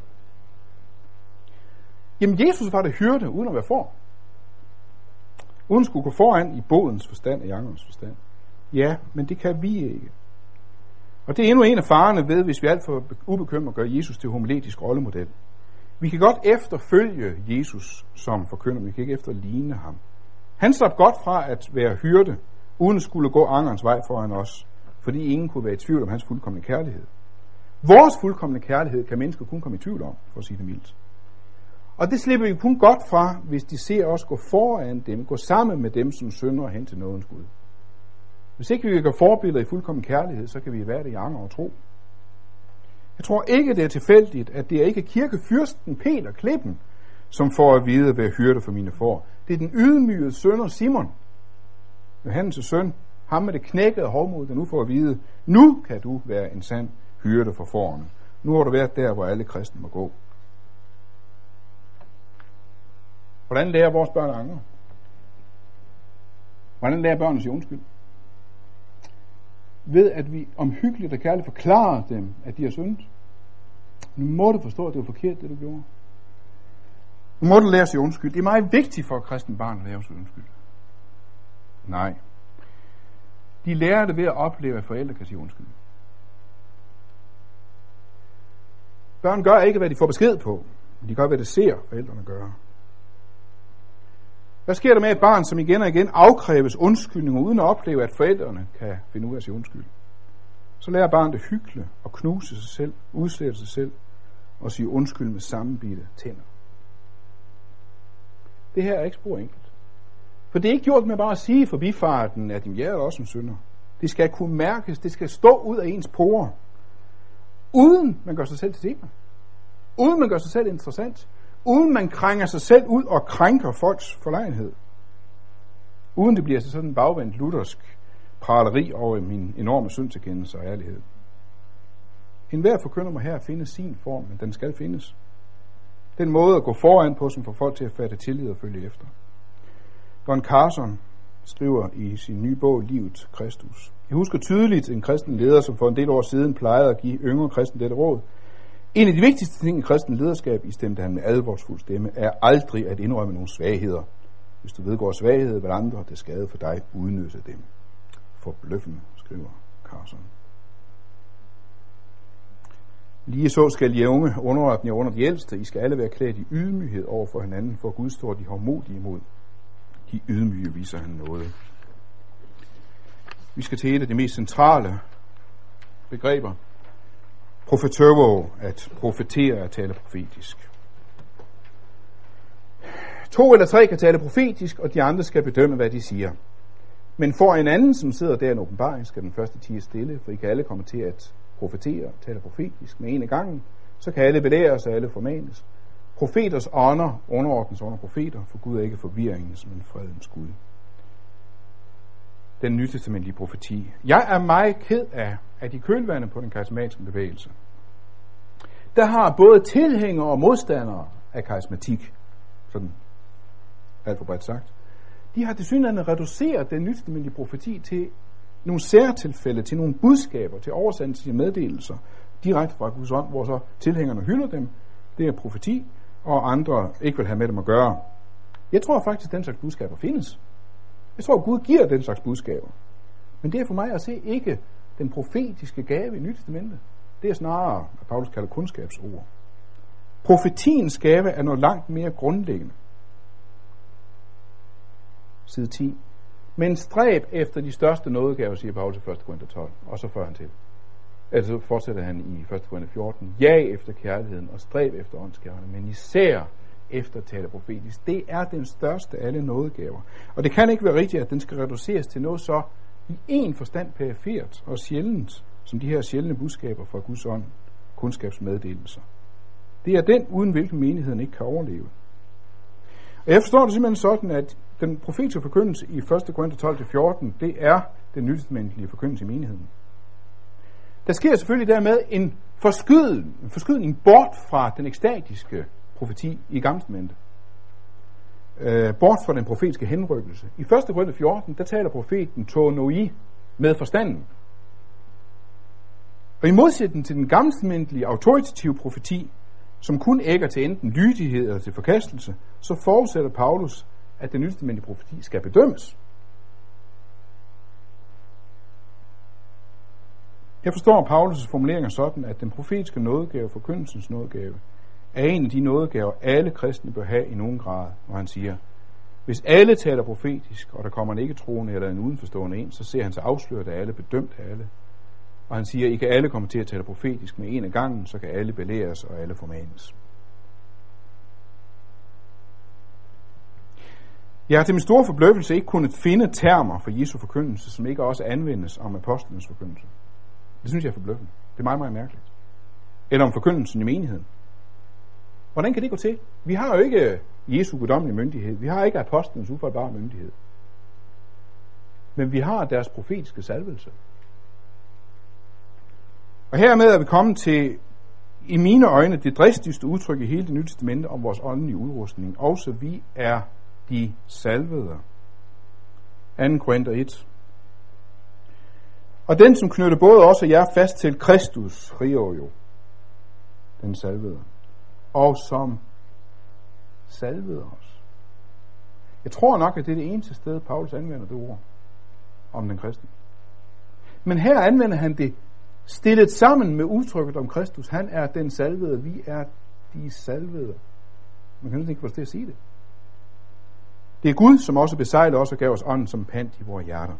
Jamen, Jesus var det hyrde, uden at være for. Uden skulle gå foran i bodens forstand og jangerens forstand. Ja, men det kan vi ikke. Og det er endnu en af farerne ved, hvis vi alt for ubekymret gør Jesus til homiletisk rollemodel. Vi kan godt efterfølge Jesus som forkynder, vi kan ikke efterligne ham. Han slap godt fra at være hyrde, uden at skulle gå angerens vej foran os, fordi ingen kunne være i tvivl om hans fuldkomne kærlighed. Vores fuldkomne kærlighed kan mennesker kun komme i tvivl om, for at sige det mildt. Og det slipper vi kun godt fra, hvis de ser os gå foran dem, gå sammen med dem, som synder hen til nådens Gud. Hvis ikke vi kan gå forbilleder i fuldkommen kærlighed, så kan vi være det i anger og tro. Jeg tror ikke, det er tilfældigt, at det er ikke kirkefyrsten Peter Klippen, som får at vide, hvad hyrde for mine får. Det er den ydmygede sønder Simon, Johannes' søn, ham med det knækkede hovmod, der nu får at vide, nu kan du være en sand hyrde for fårene. Nu har du været der, hvor alle kristne må gå. Hvordan lærer vores børn at angre? Hvordan lærer børn at sige undskyld? Ved at vi omhyggeligt og kærligt forklarer dem, at de har syndet. Nu må du forstå, at det var forkert, det du gjorde. Nu må du lære at sige undskyld. Det er meget vigtigt for et kristent barn at lære at sige undskyld. Nej. De lærer det ved at opleve, at forældre kan sige undskyld. Børn gør ikke, hvad de får besked på. De gør, hvad de ser forældrene gøre. Hvad sker der med et barn, som igen og igen afkræves undskyldninger, uden at opleve, at forældrene kan finde ud af at sige undskyld? Så lærer barnet at hykle og knuse sig selv, udslætte sig selv og sige undskyld med sammenbidte tænder. Det her er ikke spor enkelt. For det er ikke gjort med bare at sige i forbifarten, at jeg er også en synder. Det skal kunne mærkes, det skal stå ud af ens porer, uden man gør sig selv til tema. Uden man gør sig selv interessant. Uden man krænger sig selv ud og krænker folks forlegenhed. Uden det bliver sådan en bagvendt luthersk praleri over min enorme syndserkendelse og ærlighed. En hver forkynder må her finde sin form, men den skal findes. Den måde at gå foran på, som får folk til at fatte tillid og følge efter. Don Carson skriver i sin nye bog, Livet Kristus. Jeg husker tydeligt en kristen leder, som for en del år siden plejede at give yngre kristne dette råd. En af de vigtigste ting i kristen lederskab, i stemte han med alvorsfuld stemme, er aldrig at indrømme nogle svagheder. Hvis du vedgår svaghed ved andre, det skade for dig, udnytte dem. Forbløffende, skriver Carson. Lige så skal de unge underordne jer under de ældste. I skal alle være klædt i ydmyghed over for hinanden, for Gud står de hårdmodige imod. De ydmyge viser han noget. Vi skal til et af de mest centrale begreber. Profetøvo, at profetere er at tale profetisk. To eller tre kan tale profetisk, og de andre skal bedømme, hvad de siger. Men for en anden, som sidder der i en åbenbaring, skal den første tie stille, for I kan alle komme til at profetere, tale profetisk med en af gangen. Så kan alle belæres og alle formanes. Profeters ånder underordnes under profeter, for Gud er ikke forvirringens, men fredens Gud. Den nytestamentlige profeti. Jeg er meget ked af, at i kølvandet på den karismatiske bevægelse, der har både tilhængere og modstandere af karismatik, sådan alt for bredt sagt, de har tilsyneladende reduceret den nytestamentlige profeti til nogle særtilfælde, til nogle budskaber, til oversendelse til meddelelser, direkte fra Guds ånd, hvor så tilhængerne hylder dem. Det er profeti, og andre ikke vil have med dem at gøre. Jeg tror faktisk, at den slags budskaber findes. Jeg tror, at Gud giver den slags budskaber. Men det er for mig at se ikke den profetiske gave i Nye Testamentet. Det er snarere, hvad Paulus kalder kundskabsord. Profetiens gave er noget langt mere grundlæggende. Side ti. Men stræb efter de største nådegaver, siger Paulus i første Korinther tolv, og så fører han til. Altså fortsætter han i første Korinther fjorten. Ja efter kærligheden og stræb efter åndsgaverne, men især efter taler profetisk. Det er den største af alle nådegaver. Og det kan ikke være rigtigt, at den skal reduceres til noget så i en forstand perifert og sjældent, som de her sjældne budskaber fra Guds ånd, kundskabsmeddelelser. Det er den, uden hvilken menigheden ikke kan overleve. Og jeg forstår det simpelthen sådan, at den profetiske forkyndelse i første Korinther tolv til fjorten, det er den nytestamentlige forkyndelse i menigheden. Der sker selvfølgelig dermed en forskydning, en forskydning bort fra den ekstatiske profeti i Gamle Testamentet. Øh, bort fra den profetiske henrykkelse. I første Korinther fjorten, der taler profeten tonoi med forstanden. Og i modsætning til den gammeltestamentlige autoritative profeti, som kun ægger til enten lydighed eller til forkastelse, så forudsætter Paulus, at den nytestamentlige profeti skal bedømmes. Jeg forstår Paulus' formuleringer sådan, at den profetiske nådegave, forkyndelsens nådegave, er en af de nådegaver, alle kristne bør have i nogen grad, når han siger, hvis alle taler profetisk, og der kommer en ikke-troende eller en udenforstående ind, så ser han sig afsløret af alle, bedømt af alle. Og han siger, I kan alle komme til at tale profetisk med en af gangen, så kan alle belæres og alle formanes. Jeg har til min store forbløffelse ikke kunnet finde termer for Jesu forkyndelse, som ikke også anvendes om apostlenes forkyndelse. Det synes jeg er forbløffende. Det er meget, meget mærkeligt. Eller om forkyndelsen i menigheden. Hvordan kan det gå til? Vi har jo ikke Jesu guddommelige myndighed. Vi har ikke apostlenes ufejlbare myndighed. Men vi har deres profetiske salvelse. Og hermed er vi kommet til, i mine øjne, det dristigste udtryk i hele det nye testamente om vores åndelige udrustning. Også vi er de salvede. anden Korinther et. Og den, som knytter både os og jer fast til Kristus, riger jo, den salvede, og som salvede os. Jeg tror nok, at det er det eneste sted, Paulus anvender det ord om den kristne. Men her anvender han det stillet sammen med udtrykket om Kristus. Han er den salvede, vi er de salvede. Man kan ikke forstå at sige det. Det er Gud, som også besejler os og gav os ånden som pant i vores hjerter.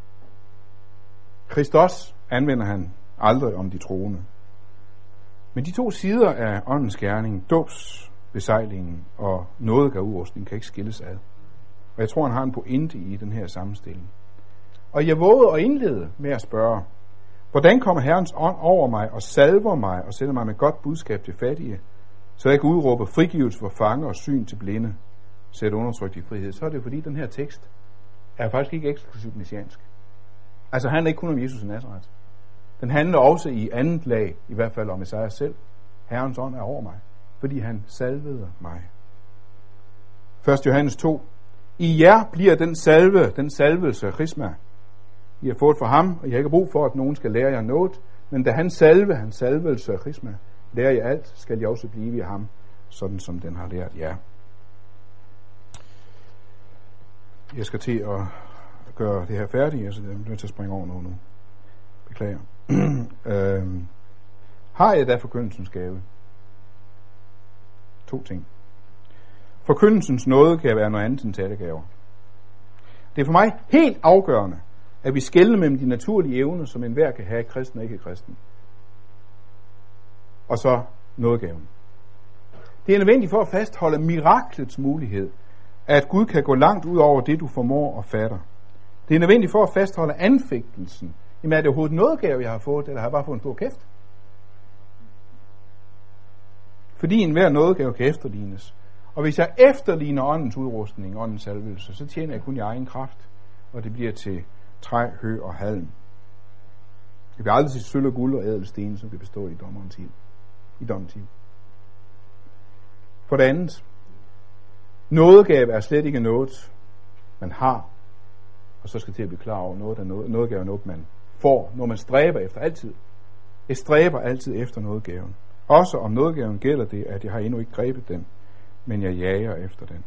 Kristus anvender han aldrig om de troende. Men de to sider af åndens gerning, dåbs, besejlingen og nådegaveudrustning, kan ikke skilles ad. Og jeg tror, han har en pointe i den her sammenstilling. Og jeg vågede at indlede med at spørge, hvordan kommer Herrens ånd over mig og salver mig og sender mig med godt budskab til fattige, så jeg kan udråbe frigivelse for fanger og syn til blinde, sætte undertrykt i frihed? Så er det jo fordi, den her tekst er faktisk ikke eksklusivt messiansk. Altså handler ikke kun om Jesus af Nazaret. Den handler også i andet lag, i hvert fald om Esajas selv. Herrens ånd er over mig, fordi han salvede mig. første Johannes to. I jer bliver den salve, den salvelse, Chrisma. I har fået fra ham, og I har ikke brug for, at nogen skal lære jer noget, men da han salve, han salvelse, Chrisma, lærer jer alt, skal I også blive i ham, sådan som den har lært jer. Jeg skal til at gøre det her færdigt, så jeg er nødt til at springe over noget nu. Beklager. øhm, har jeg da forkyndelsens gave? To ting. Forkyndelsens nåde kan være noget andet end talegaver. Det er for mig helt afgørende, at vi skelner mellem de naturlige evner, som enhver kan have, kristen og ikke kristen. Og så nådegaven. Det er nødvendigt for at fastholde miraklets mulighed, at Gud kan gå langt ud over det, du formår og fatter. Det er nødvendigt for at fastholde anfægtelsen. Jamen er det overhovedet nådegave, jeg har fået, eller har jeg bare fået en stor kæft? Fordi enhver nådegave kan efterlignes. Og hvis jeg efterligner åndens udrustning, åndens salvelse, så tjener jeg kun i egen kraft, og det bliver til træ, hø og halm. Det bliver aldrig til sølv og guld og ædelsten, som det består i dommerens tid. I dommens tid. For det andet, nådegave er slet ikke noget, man har, og så skal til at blive klar over noget, der noget, nådegave er noget, man får, når man stræber efter altid. Jeg stræber altid efter nådegaven. Også om nådegaven gælder det, at jeg har endnu ikke grebet den, men jeg jager efter den.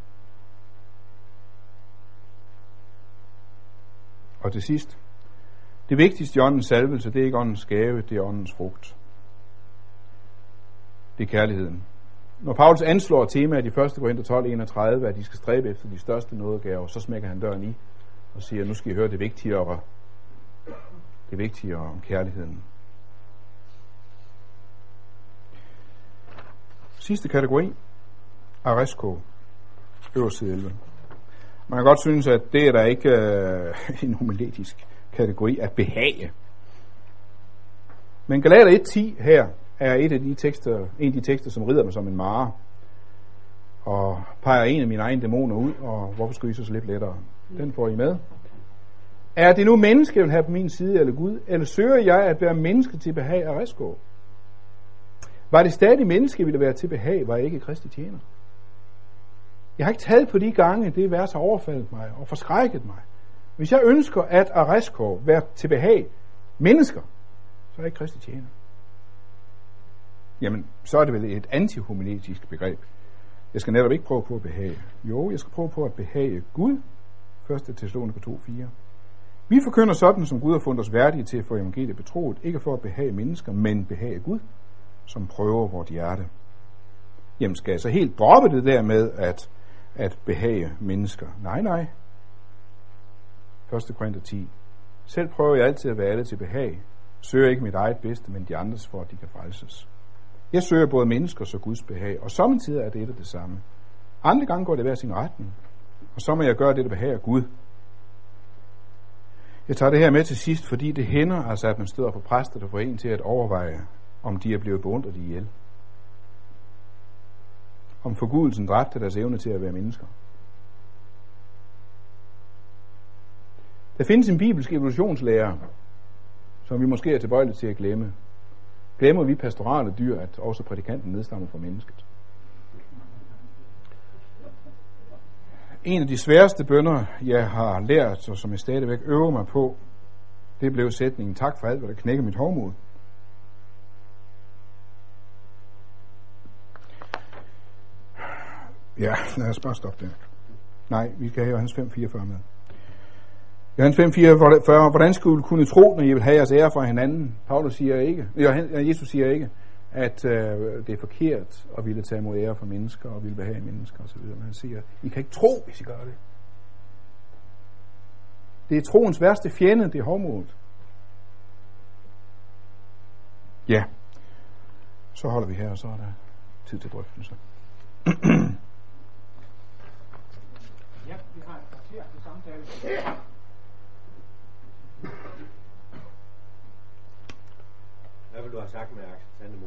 Og til sidst, det vigtigste i åndens salvelse, det er ikke åndens gave, det er åndens frugt. Det er kærligheden. Når Paulus anslår temaet i første Korinther tolv enogtredive, at de skal stræbe efter de største nådegaver, så smækker han døren i og siger, nu skal I høre det vigtigere, det vigtigere om kærligheden. Sidste kategori. Aresko, øverst side elleve. Man kan godt synes, at det er der ikke øh, en homiletisk kategori at behage. Men Galater et ti her er et af de tekster, en af de tekster, som rider mig som en mare, og peger en af mine egne dæmoner ud, og hvorfor skulle I så lidt lettere? Den får I med. Er det nu menneske, jeg vil have på min side, eller Gud, eller søger jeg at være menneske til behag af Aresko? Var det stadig menneske, ville være til behag, var jeg ikke Kristi tjener? Jeg har ikke taget på de gange, det vers har overfaldet mig og forskrækket mig. Hvis jeg ønsker at Aresko være til behag mennesker, så er jeg ikke Kristi tjener. Jamen, så er det vel et antihomiletisk begreb. Jeg skal netop ikke prøve på at behage. Jo, jeg skal prøve på at behage Gud. første Thessaloniker to fire. Vi forkynder sådan, som Gud har fundet os værdige til at få evangeliet betroet, ikke for at behage mennesker, men behage Gud, som prøver vort hjerte. Jamen, skal jeg så helt droppe det der med at, at behage mennesker? Nej, nej. første Korinther ti. Selv prøver jeg altid at være alle til behag. Søger ikke mit eget bedste, men de andres, for at de kan frelses. Jeg søger både menneskers og Guds behag, og samtidig er det et og det samme. Andre gange går det hver sin retning, og så må jeg gøre det, der behager Gud. Jeg tager det her med til sidst, fordi det hænder altså, at man støder på præster, der får en til at overveje, om de er blevet beundret ihjel. Om forgudelsen dræbte deres evne til at være mennesker. Der findes en bibelsk evolutionslære, som vi måske er tilbøjelige til at glemme. Glemmer vi pastorale dyr, at også prædikanten nedstammer fra mennesket. En af de sværeste bønner, jeg har lært, og som jeg stadigvæk øver mig på, det blev sætningen, tak for alt, hvad der knækker mit hovmod. Ja, lad os bare stoppe det. Nej, vi skal have Johannes fem fireogfyrre med. Johannes fem fireogfyrre, hvordan skulle du kunne tro, når I vil have jeres ære fra hinanden? Paulus siger ikke, Jesus siger ikke, at øh, det er forkert at ville tage imod ære fra mennesker og ville behage mennesker osv. Men han siger, I kan ikke tro, hvis I gør det. Det er troens værste fjende, det er hovmodet. Ja, så holder vi her, og så er der tid til drøftelse. Ja, vi har et kvarter til samtale. Hvad vil du have sagt med Axel Sandemo?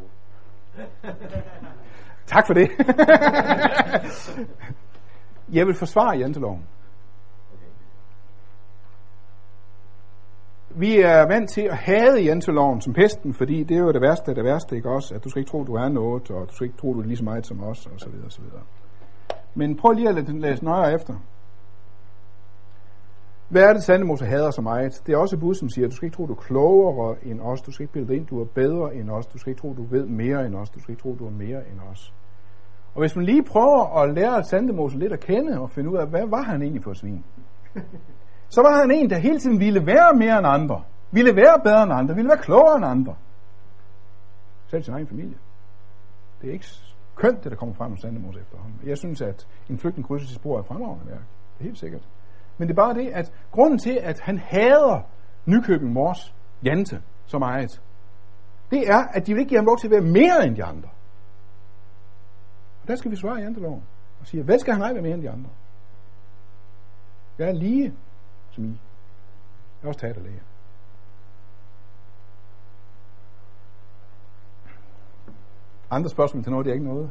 Tak for det. Jeg vil forsvare janteloven. Okay. Vi er vant til at hade janteloven som pesten, fordi det er jo det værste af det værste, ikke også? At du skal ikke tro, du er noget, og du skal ikke tro, du er lige så meget som os, og så videre, og så videre. Men prøv lige at læse nøjere efter. Hvad er det, Sandemose hader så meget? Det er også et bud, som siger, at du skal ikke tro, du er klogere end os. Du skal ikke bilde dig ind, du er bedre end os. Du skal ikke tro, du ved mere end os. Du skal ikke tro, du er mere end os. Og hvis man lige prøver at lære Sandemose lidt at kende og finde ud af, hvad var han egentlig for et svin? Så var han en, der hele tiden ville være mere end andre. Ville være bedre end andre. Ville være klogere end andre. Selv sin egen familie. Det er ikke kønt, det der kommer frem om Sandemose efterhånden. Jeg synes, at en flygtning krydser sit spor er fremragende værk. Det er helt sikkert. Men det er bare det, at grunden til, at han hader Nykøbing Mors Jante så meget, det er, at de vil ikke give ham lov til at være mere end de andre. Og der skal vi svare janteloven og sige, hvad skal han ej være mere end de andre? Jeg er lige som I. Jeg er også teaterlæge. Andre spørgsmål til noget, det er ikke noget.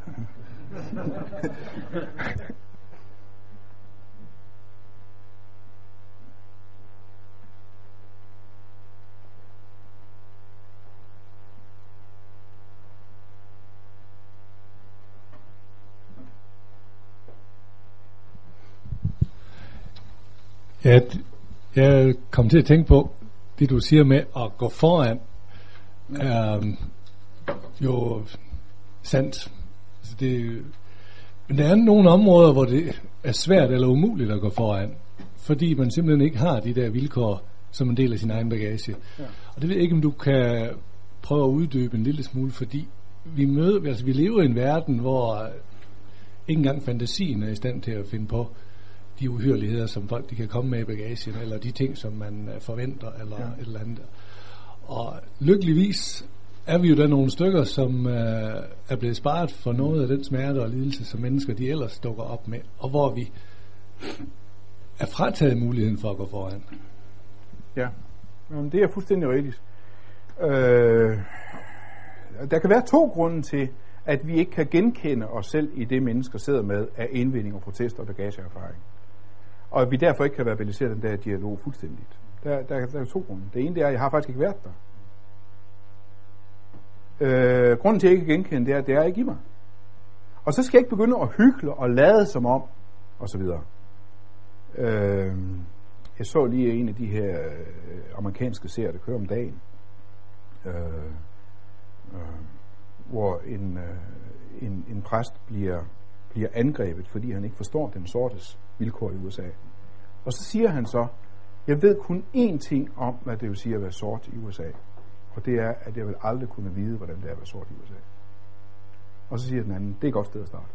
Ja, jeg kom til at tænke på, det du siger med at gå foran, er jo sandt. Altså det, men der er nogle områder, hvor det er svært eller umuligt at gå foran, fordi man simpelthen ikke har de der vilkår som en del af sin egen bagage. Ja. Og det ved jeg ikke, om du kan prøve at uddybe en lille smule, fordi vi møder, altså vi lever i en verden, hvor ikke engang fantasien er i stand til at finde på de uhyrligheder, som folk de kan komme med i bagagen, eller de ting, som man forventer, eller ja. et eller andet. Og lykkeligvis er vi jo der nogle stykker, som øh, er blevet sparet for noget af den smerte og lidelse, som mennesker de ellers dukker op med, og hvor vi er frataget muligheden for at gå foran. Ja, jamen, det er fuldstændig rigtigt. Øh, der kan være to grunde til, at vi ikke kan genkende os selv i det, mennesker sidder med af indvinding og protest og bagageerfaring. Og at vi derfor ikke kan verbalisere den der dialog fuldstændigt. Der, der, der er to grunde. Det ene det er, at jeg har faktisk ikke været der. Øh, grunden til, at jeg ikke kan genkende, det er, at det er ikke i mig. Og så skal jeg ikke begynde at hykle og lade som om, og så videre. Øh, jeg så lige en af de her øh, amerikanske serier, der kører om dagen, øh, øh, hvor en, øh, en, en præst bliver, bliver angrebet, fordi han ikke forstår den sortes vilkår i U S A. Og så siger han så, jeg ved kun én ting om, hvad det vil sige at være sort i U S A. Og det er, at jeg vil aldrig kunne vide, hvordan det er at være sort i U S A. Og så siger den anden, det er et godt sted at starte.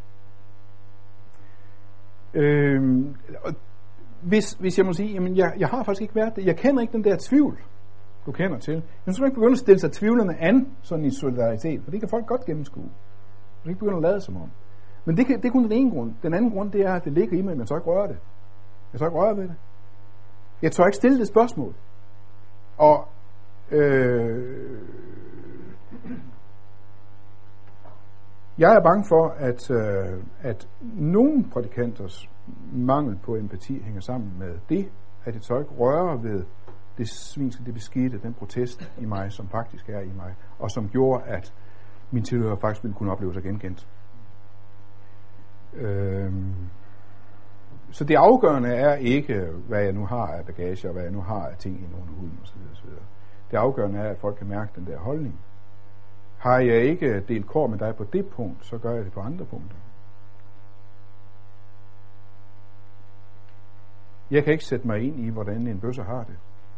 Øhm, og hvis, hvis jeg må sige, jamen jeg, jeg har faktisk ikke været det. Jeg kender ikke den der tvivl, du kender til. Men så skal man ikke begynde at stille sig tvivlerne an, sådan i solidaritet, for det kan folk godt gennemskue. Man skal ikke begynde at lade som om. Men det, kan, det er kun den ene grund. Den anden grund, det er, at det ligger i mig, men jeg tør ikke røre det. Jeg tør ikke røre ved det. Jeg tør ikke stille det spørgsmål. Og øh, jeg er bange for, at, øh, at nogle prædikanters mangel på empati hænger sammen med det, at jeg tør ikke røre ved det svinske, det beskidte, den protest i mig, som faktisk er i mig, og som gjorde, at min tilhører faktisk ville kunne opleve sig genkendt. Øh, Så det afgørende er ikke, hvad jeg nu har af bagage, og hvad jeg nu har af ting i nogle huden osv. osv. Det afgørende er, at folk kan mærke den der holdning. Har jeg ikke delt kår med dig på det punkt, så gør jeg det på andre punkter. Jeg kan ikke sætte mig ind i, hvordan en bøsse har det.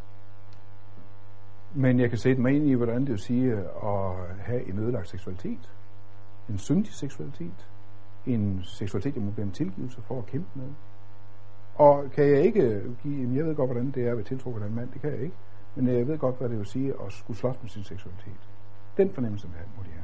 Men jeg kan sætte mig ind i, hvordan det vil sige at have en ødelagt seksualitet. En syndig seksualitet. En seksualitet, jeg må bede om tilgivelse for at kæmpe med. Og kan jeg ikke give, jeg ved godt, hvordan det er at være tiltrukket af en mand, det kan jeg ikke, men jeg ved godt, hvad det vil sige at skulle slås med sin seksualitet. Den fornemmelse med må de have.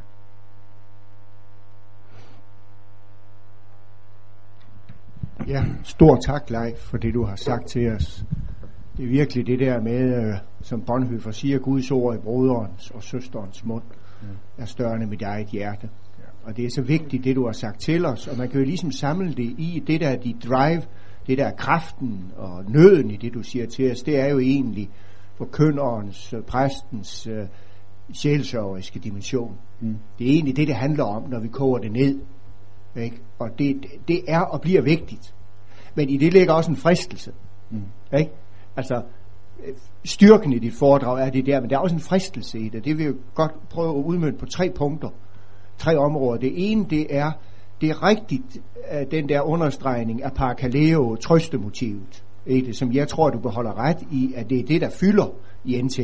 Ja, stor tak, Leif, for det du har sagt til os. Det er virkelig det der med, som Bonhoeffer siger, Guds ord i broderens og søsterens mund er større end mit eget hjerte. Og det er så vigtigt, det du har sagt til os, og man kan jo ligesom samle det i det der dit drive, det der kraften og nøden i det du siger til os, det er jo egentlig forkynderens, præstens uh, sjælsørgeriske dimension. Mm. Det er egentlig det, det handler om, når vi koger det ned. Ikke? Og det, det er og bliver vigtigt. Men i det ligger også en fristelse. Mm. Ikke? Altså, styrken i dit foredrag er det der, men der er også en fristelse i det. Det vil jeg godt prøve at udmønte på tre punkter. Tre områder. Det ene, det er, det er rigtigt, den der understregning af parakaleo, trøstemotivet, ikke? Som jeg tror, du beholder ret i, at det er det, der fylder i N T.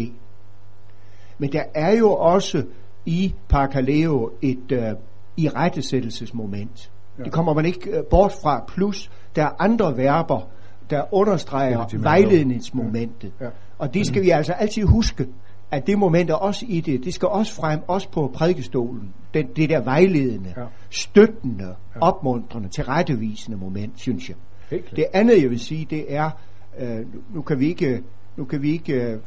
Men der er jo også i parakaleo et uh, irettesættelsesmoment. Ja. Det kommer man ikke uh, bort fra. Plus, der er andre verber, der understreger vejledningsmomentet. Ja. Ja. Og det skal vi altså altid huske, at det moment er også i det, det skal også frem, også på prædikestolen, den, det der vejledende, ja. støttende, ja. opmuntrende, tilrettevisende moment, synes jeg. Det andet, jeg vil sige, det er, øh, nu kan vi ikke, nu kan vi ikke øh,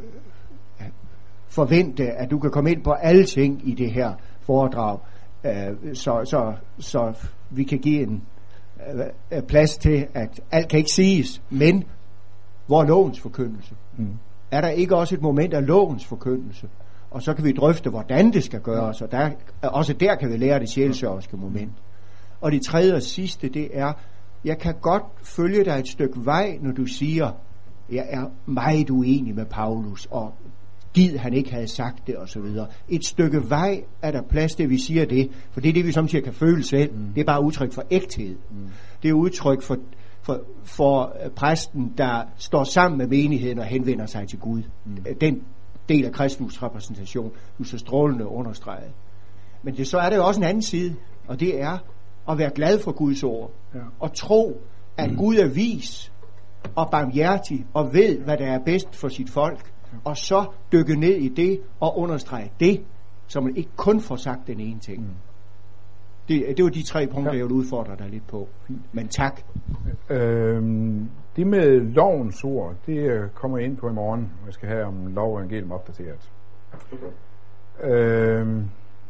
forvente, at du kan komme ind på alle ting i det her foredrag, øh, så, så, så vi kan give en øh, plads til, at alt kan ikke siges, men hvor er lovens forkyndelse? Mm. Er der ikke også et moment af lovens forkyndelse? Og så kan vi drøfte, hvordan det skal gøres, og der, også der kan vi lære det sjælsørgeriske moment. Og det tredje og sidste, det er, jeg kan godt følge dig et stykke vej, når du siger, jeg er meget uenig med Paulus, og gid han ikke havde sagt det, og så videre. Et stykke vej er der plads til, vi siger det, for det er det, vi samtidig kan føle selv. Mm. Det er bare udtryk for ægthed. Mm. Det er udtryk for For, for præsten, der står sammen med menigheden og henvender sig til Gud. Mm. Den del af Kristus repræsentation, du så strålende understreget. Men det, så er der jo også en anden side, og det er at være glad for Guds ord. Ja. Og tro, at mm. Gud er vis og barmhjertig og ved, hvad der er bedst for sit folk. Ja. Og så dykke ned i det og understrege det så man ikke kun får sagt den ene ting. Mm. Det, det var de tre punkter, ja. Jeg vil udfordre dig lidt på. Men tak. Øhm, det med lovens ord, det kommer jeg ind på i morgen. Jeg skal have om lov og evangelium opdateret. Okay. Øhm,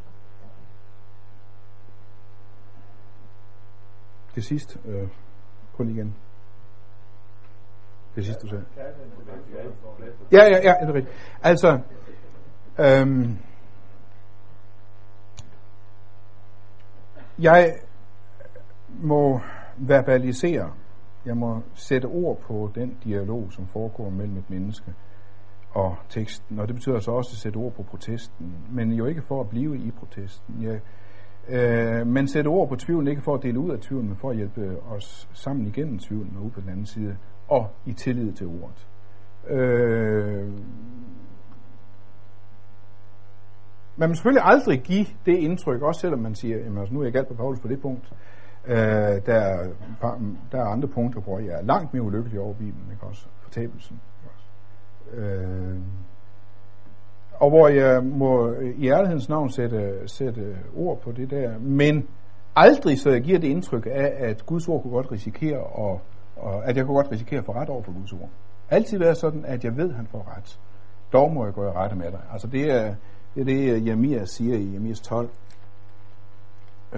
det sidste, øh, kun igen. Det sidste, du sagde. Ja, ja, ja, det er rigtigt. Altså, øhm, jeg må verbalisere, jeg må sætte ord på den dialog, som foregår mellem et menneske og teksten, og det betyder så også at sætte ord på protesten, men jo ikke for at blive i protesten. Jeg, øh, men sætte ord på tvivlen, ikke for at dele ud af tvivlen, men for at hjælpe os sammen igennem tvivlen og ud på den anden side, og i tillid til ordet. Øh, man må selvfølgelig aldrig give det indtryk, også selvom man siger, jamen, altså, nu er jeg galt på Paulus på det punkt. Øh, der, er, der er andre punkter, hvor jeg er langt mere ulykkelig over Bibelen, ikke også? Fortabelsen. Øh, og hvor jeg må i ærlighedens navn sætte, sætte ord på det der, men aldrig så jeg giver det indtryk af, at Guds ord kunne godt risikere, og, og at jeg kunne godt risikere at få ret over for Guds ord. Altid være sådan, at jeg ved, at han får ret. Dog må jeg gå i rette med dig. Altså det er det, er det Jeremias siger i Jeremias tolv. Øh,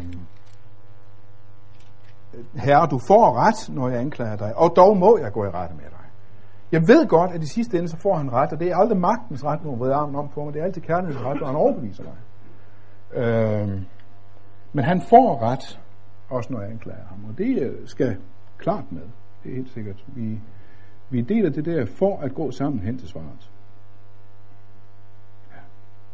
Herre, du får ret, når jeg anklager dig, og dog må jeg gå i rette med dig. Jeg ved godt, at i sidste ende, så får han ret, og det er aldrig magtens ret, når han vrider armen om på mig, det er altid kærlighedens ret, når han overbeviser mig. Øh, men han får ret, også når jeg anklager ham, og det skal klart med. Det er helt sikkert. Vi, vi deler det der for at gå sammen hen til svaret. Ja.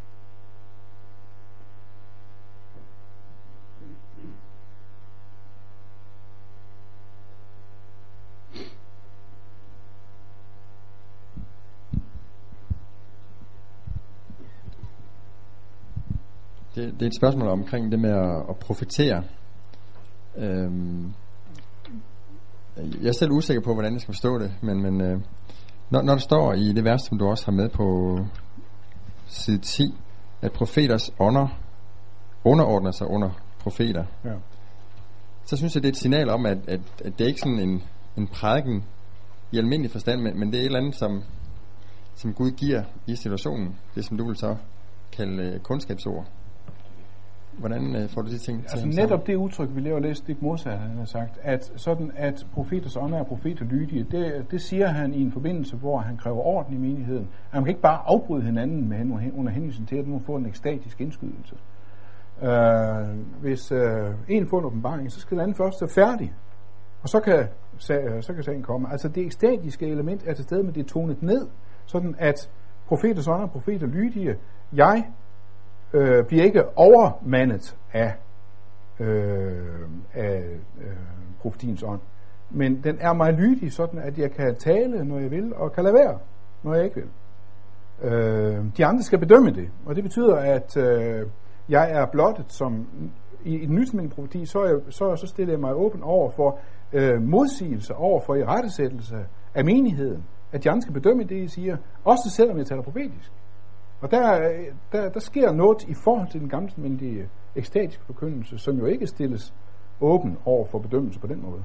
Det, det er et spørgsmål omkring det med at, at profetere. Øhm, jeg er selv usikker på, hvordan jeg skal forstå det, men, men øh, når, når der står i det vers, som du også har med på side ti, at profeters ånder underordner sig under profeter, ja. Så synes jeg, det er et signal om, at, at, at det er ikke sådan en, en prædiken i almindelig forstand, men, men det er et eller andet, som, som Gud giver i situationen. Det, som du vil så kalde øh, kundskabsord. Hvordan øh, får du de ting til altså netop det udtryk, vi laver læst, det modsat, han har sagt, at sådan at profeters ånder er profeter lydige, det, det siger han i en forbindelse, hvor han kræver orden i menigheden. At man kan ikke bare afbryde hinanden med hen, under henvisning til, at man får en ekstatisk indskydelse. Uh, hvis uh, en får en åbenbaring, så skal den anden først være færdig, og så kan, så kan sagen komme. Altså det ekstatiske element er til stede, men det er tonet ned, sådan at profeters ånder er profeter lydige. Jeg Øh, bliver ikke overmandet af, øh, af øh, profetiens ånd. Men den er mig lydig, sådan at jeg kan tale, når jeg vil, og kan lade være, når jeg ikke vil. Øh, de andre skal bedømme det, og det betyder, at øh, jeg er blottet som i, i den nytændende profeti, så, jeg, så, så stiller jeg mig åben over for øh, modsigelse, over for irettesættelse af menigheden, at de andre skal bedømme det, jeg siger, også selvom jeg taler profetisk. Og der, der, der sker noget i forhold til den gammeltestamentlige ekstatiske forkyndelse, som jo ikke stilles åben over for bedømmelse på den måde.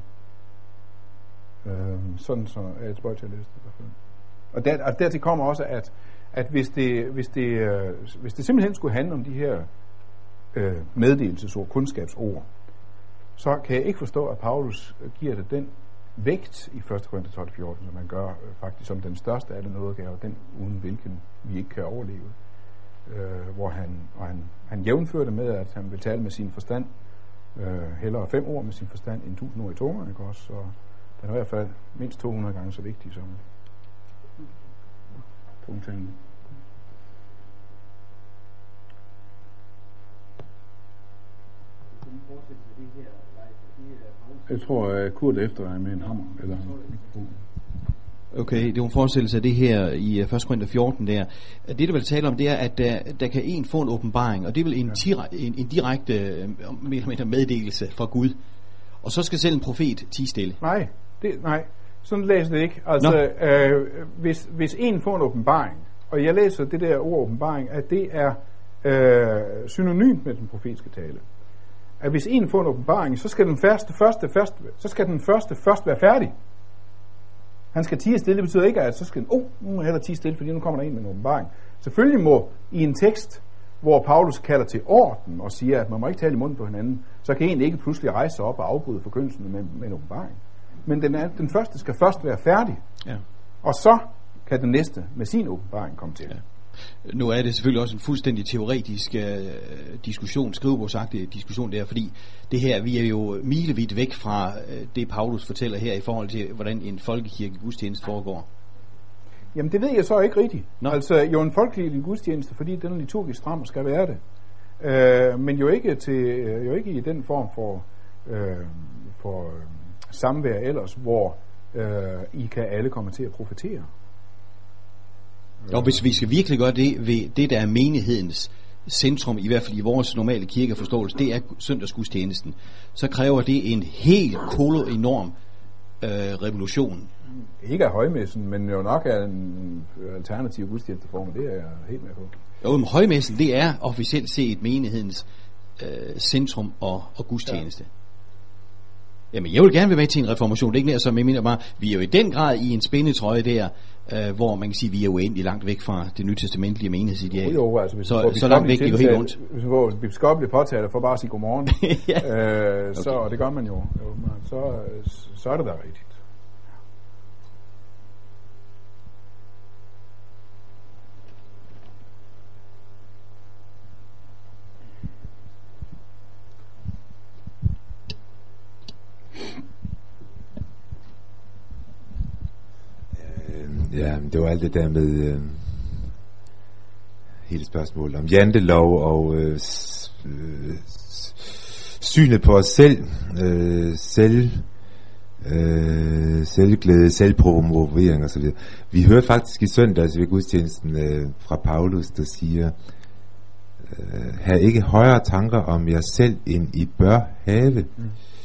Øhm, sådan så er jeg tilbøjelig til at læse det i hvert fald. Og, der, og dertil kommer også, at, at hvis, det, hvis, det, øh, hvis det simpelthen skulle handle om de her øh, meddelelsesord, kundskabsord, så kan jeg ikke forstå, at Paulus giver det den vægt i første Korinther tolv fjorten, som man gør øh, faktisk som den største af alle nådegaver, den uden hvilken vi ikke kan overleve. Øh, hvor han, og han, han jævnfører det med, at han vil tale med sin forstand, øh, hellere fem ord med sin forstand, end tusind ord i tunger, ikke også? Så den er i hvert fald mindst to hundrede gange så vigtig som tungtalen. Jeg tror, at Kurt efter er med en hammer eller en mikrofon. Okay, det er en forestillelse af det her i første Korinther fjorten der. Det, der vil tale om, det er, at der, der kan en få en åbenbaring, og det er vel en, ja. tira, en, en direkte meddelelse fra Gud. Og så skal selv en profet tie stille. Nej, det, nej, sådan læser det ikke. Altså, øh, hvis, hvis en får en åbenbaring, og jeg læser det der ord åbenbaring, at det er øh, synonymt med den profetiske tale. At hvis en får en åbenbaring, så skal den første, første, første, så skal den første først være færdig. Han skal tie stille, det betyder ikke, at så skal oh, nu må jeg hellere tie stille, fordi nu kommer der en med en åbenbaring. Selvfølgelig må i en tekst, hvor Paulus kalder til orden og siger, at man må ikke tale i munden på hinanden, så kan en ikke pludselig rejse sig op og afbryde forkyndelsen med, med en åbenbaring. Men den, er, den første skal først være færdig. Ja. Og så kan den næste med sin åbenbaring komme til. Ja. Nu er det selvfølgelig også en fuldstændig teoretisk øh, diskussion, skrivebordsagtig diskussion der, fordi det her, vi er jo milevidt væk fra øh, det, Paulus fortæller her i forhold til, hvordan en folkekirke gudstjeneste foregår. Jamen det ved jeg så ikke rigtigt. Nå. Altså jo en folkelig gudstjeneste, fordi den liturgisk stram skal være det. Øh, men jo ikke, til, jo ikke i den form for, øh, for øh, samvær ellers, hvor øh, I kan alle komme til at profetere. Og hvis vi skal virkelig gøre det ved det, der er menighedens centrum, i hvert fald i vores normale kirkeforståelse, det er søndagsgudstjenesten, så kræver det en helt kolo enorm øh, revolution. Ikke af højmessen, men jo nok af en alternativ gudstjenesteform, det er jeg helt med på. Jo, men højmessen, det er officielt set menighedens øh, centrum og, og gudstjeneste. Ja. Jamen, jeg vil gerne være med til en reformation. Det er ikke nær som jeg mener bare, vi er jo i den grad i en spændetrøje der, øh, hvor man kan sige, vi er uendelig langt væk fra det nytestamentlige menighedsideal. Jo, jo, altså, hvis så, så langt væk, det går helt ondt. Hvis man får biskoppelig påtaler for bare at sige godmorgen, ja. øh, så, okay. Og det gør man jo, jo så, så er det da rigtigt. Ja, det var alt det der med øh, hele spørgsmålet om jantelov og øh, s, øh, synet på os selv, øh, selv øh, selvglæde, selvpromovering og så videre. Vi hørte faktisk i søndags ved gudstjenesten øh, fra Paulus, der siger, øh, have ikke højere tanker om jer selv, end I bør have. Mm.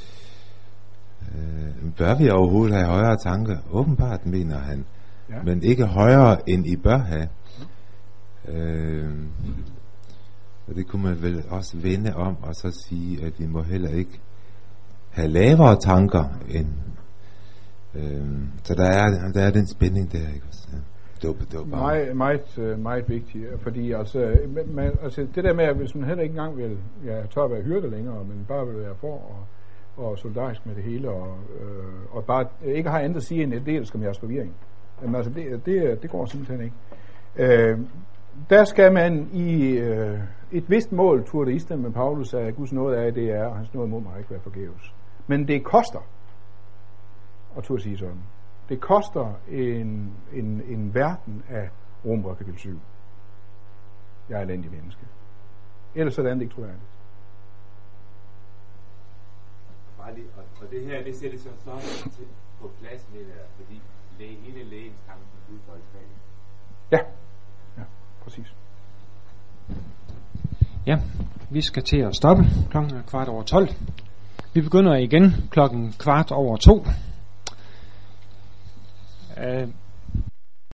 Øh, bør vi overhovedet have højere tanker? Åbenbart, mener han. Ja. Men ikke højere end I bør have. øh, og det kunne man vel også vende om og så sige, at vi må heller ikke have lavere tanker end øh, så der er, der er den spænding der, ikke også? Ja. Det var, det var bare meget, meget, meget vigtigt, fordi altså, man, altså det der med, at hvis man heller ikke engang vil ja, tør være hyrde længere, men bare vil være for og, og solidarisk med det hele og, øh, og bare ikke har andet at sige end et del som jeres forvirring. Jamen altså, det, det, det går simpelthen ikke. Øh, der skal man i øh, et vist mål, turde i stedet med Paulus, at Guds nåde er, det er, og hans nåde må mig ikke være forgæves. Men det koster, og turde sige sådan, det koster en, en, en verden af Romerbrevet kapitel syv. Jeg er et elendig menneske. Ellers er det andet ikke troværdigt. Og, og det her, det sætter sig så på plads med det, fordi læge, hele lægens tanken ud for et fag. Ja, ja, præcis. Ja, vi skal til at stoppe klokken kvart over tolv. Vi begynder igen klokken kvart over to. Uh,